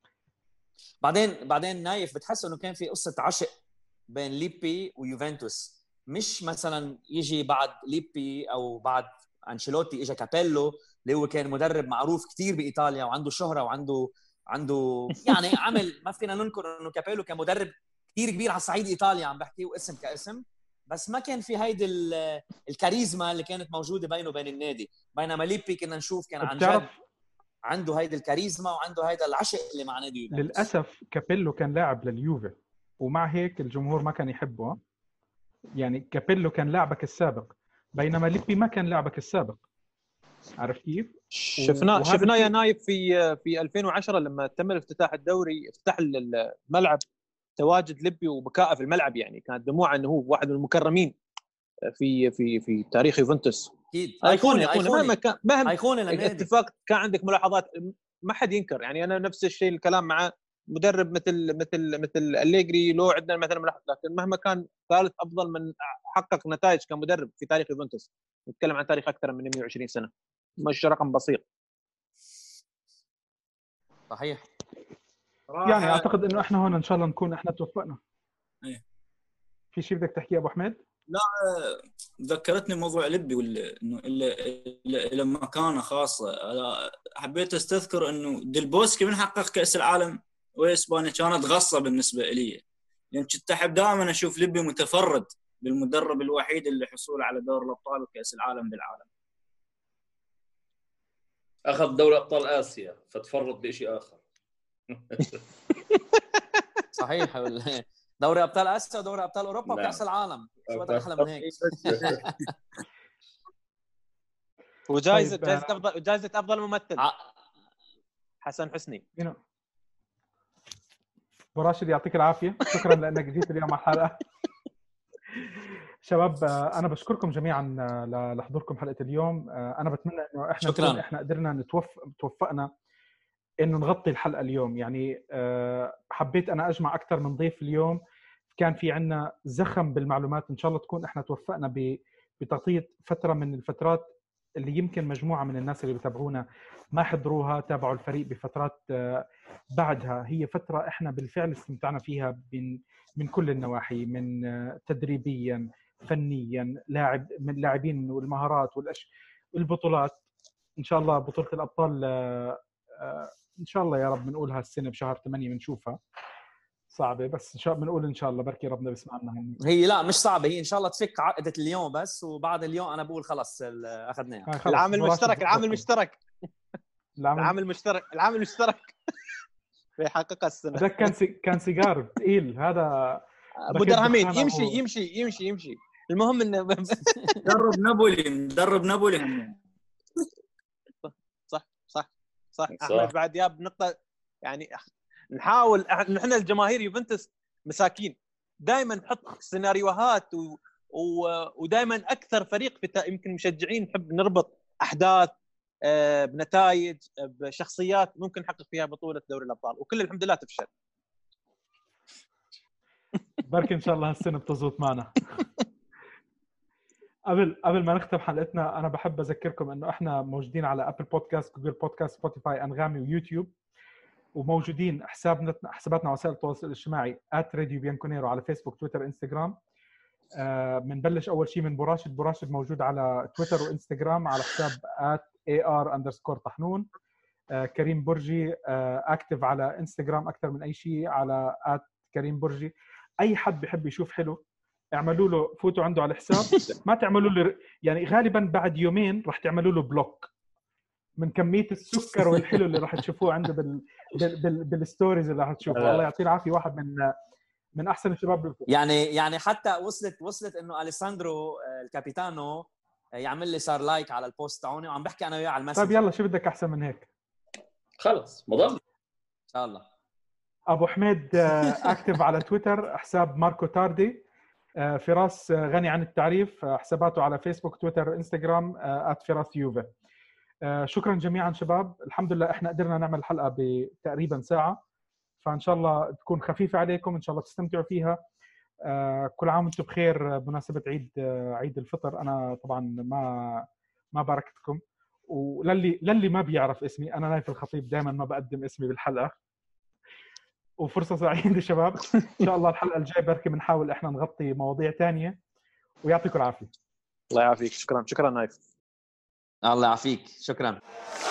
بعدين نايف بتحس انه كان في قصه عشق بين ليبي ويوفنتوس، مش مثلا يجي بعد ليبي او بعد انشيلوتي اجى كابيلو اللي هو كان مدرب معروف كتير بايطاليا وعنده شهره وعنده يعني عمل، ما فينا ننكر انه كابيلو كان مدرب كتير كبير على صعيد ايطاليا، عم بحكي واسم كاسم، بس ما كان في هيدي الكاريزما اللي كانت موجوده بينه وبين النادي. بينما ليبي كنا نشوف كان عن جد عنده هيدي الكاريزما وعنده هيدا العشق اللي مع نادي يوفنتوس. للاسف كابيلو كان لاعب لليوفي، ومع هيك الجمهور ما كان يحبه. يعني كابيلو كان لاعبك السابق، بينما ليبي ما كان لاعبك السابق. عارف كيف؟ شفناه يا نايف في 2010 لما تم افتتاح الدوري، افتتاح الملعب، تواجد ليبي وبكاء في الملعب، يعني كانت دموعه انه هو واحد من المكرمين في تاريخ يوفنتوس. اكيد ايقوني مهما كان، مهما اتفاق كان عندك ملاحظات ما حد ينكر. يعني انا نفس الشيء الكلام مع مدرب مثل أليجري، لو عندنا مثلا ملاحظات، لكن مهما كان ثالث افضل من حقق نتائج كمدرب في تاريخ يوفنتوس. نتكلم عن تاريخ اكثر من 120 سنه، مش رقم بسيط. صحيح. يعني اعتقد انه احنا هون ان شاء الله نكون احنا توفقنا. في شيء بدك تحكيه ابو حميد؟ لا، ذكرتني موضوع ليبي انه لما كان خاصه. حبيت استذكر انه ديلبوسكي من حقق كاس العالم واسبانيا كانت غصه بالنسبه لي، يعني كنت احب دائما اشوف ليبي متفرد بالمدرب الوحيد اللي حصول على دور الابطال وكاس العالم بالعالم. اخذ دوري ابطال اسيا فتفرد بشيء اخر. صحيح دوري ابطال اسيا ودوري ابطال اوروبا نعم. وكاس العالم، شو بدك احلى من هيك؟ وجائزه طيب، جائزه افضل ممثل حسن حسني. ابو راشد يعطيك العافيه، شكرا لانك جيت اليوم على الحلقه. شباب انا بشكركم جميعا لحضوركم حلقه اليوم. انا بتمنى انه احنا قدرنا توفقنا انه نغطي الحلقه اليوم. يعني حبيت انا اجمع اكثر من ضيف اليوم، كان في عنا زخم بالمعلومات. ان شاء الله تكون احنا توفقنا بتغطيه فتره من الفترات اللي يمكن مجموعه من الناس اللي بتابعونا ما حضروها، تابعوا الفريق بفترات بعدها. هي فتره احنا بالفعل استمتعنا فيها من كل النواحي، من تدريبيا، فنيا، من اللاعبين والمهارات والبطولات. ان شاء الله بطوله الابطال ان شاء الله يا رب بنقولها السنه بشهر 8 بنشوفها. صعبه بس بنقول ان شاء الله بركي ربنا بيسمعنا. هي لا مش صعبه، هي ان شاء الله تفك عقده اليوم بس، وبعد اليوم انا بقول خلص اخذناها. العامل المشترك في حقيقه السنه. ده كان سيجار ثقيل هذا ابو درهمين يمشي. المهم انه مدرب نابولي. صح. احمد بعد جاب نقطه. يعني نحاول نحن الجماهير يوفنتوس مساكين، دائما نحط سيناريوهات ودائما اكثر فريق يمكن مشجعين نحب نربط احداث بنتائج بشخصيات ممكن نحقق فيها بطوله دوري الابطال، وكل الحمد لله تفشل. بركي ان شاء الله هالسنه بتزبط معنا. قبل ما نختم حلقتنا انا بحب اذكركم انه احنا موجودين على ابل بودكاست، جوجل بودكاست، سبوتيفاي، انغامي ويوتيوب، وموجودين حساباتنا على وسائل التواصل الاجتماعي @radiobianconero على فيسبوك، تويتر، انستغرام. بنبلش اول شيء من بوراشد موجود على تويتر وانستغرام على حساب @ar_طحنون. كريم برجي اكتف على انستغرام اكثر من اي شيء على @كريم برجي. اي حد بيحب يشوف حلو اعملوا له، فوتوا عنده على الحساب، ما تعملوا له يعني غالبا بعد يومين راح تعملوا له بلوك من كميه السكر والحلو اللي راح تشوفوه عنده بالستوريز اللي راح تشوفوه. الله يعطيه العافيه، واحد من احسن الشباب يعني حتى وصلت انه اليساندرو الكابيتانو يعمل لي صار لايك على البوست تاعوني وعم بحكي انا وياه على المسج. طيب يلا شو بدك احسن من هيك؟ خلص مضل ان شاء الله. ابو حميد اكتف على تويتر حساب ماركو تاردي. فراس غني عن التعريف حساباته على فيسبوك، تويتر، انستغرام @فراس يوفي. شكرا جميعا شباب، الحمد لله احنا قدرنا نعمل حلقه بتقريبا ساعه، فان شاء الله تكون خفيفه عليكم، ان شاء الله تستمتعوا فيها. كل عام وانتم بخير بمناسبه عيد الفطر. انا طبعا ما باركتكم، وللي ما بيعرف اسمي انا نايف الخطيب، دائما ما بقدم اسمي بالحلقه. وفرصه سعيده شباب، ان شاء الله الحلقه الجايه بركي بنحاول احنا نغطي مواضيع ثانيه، ويعطيكم العافيه. الله يعافيك. شكرا نايف. الله يعافيك، شكرا.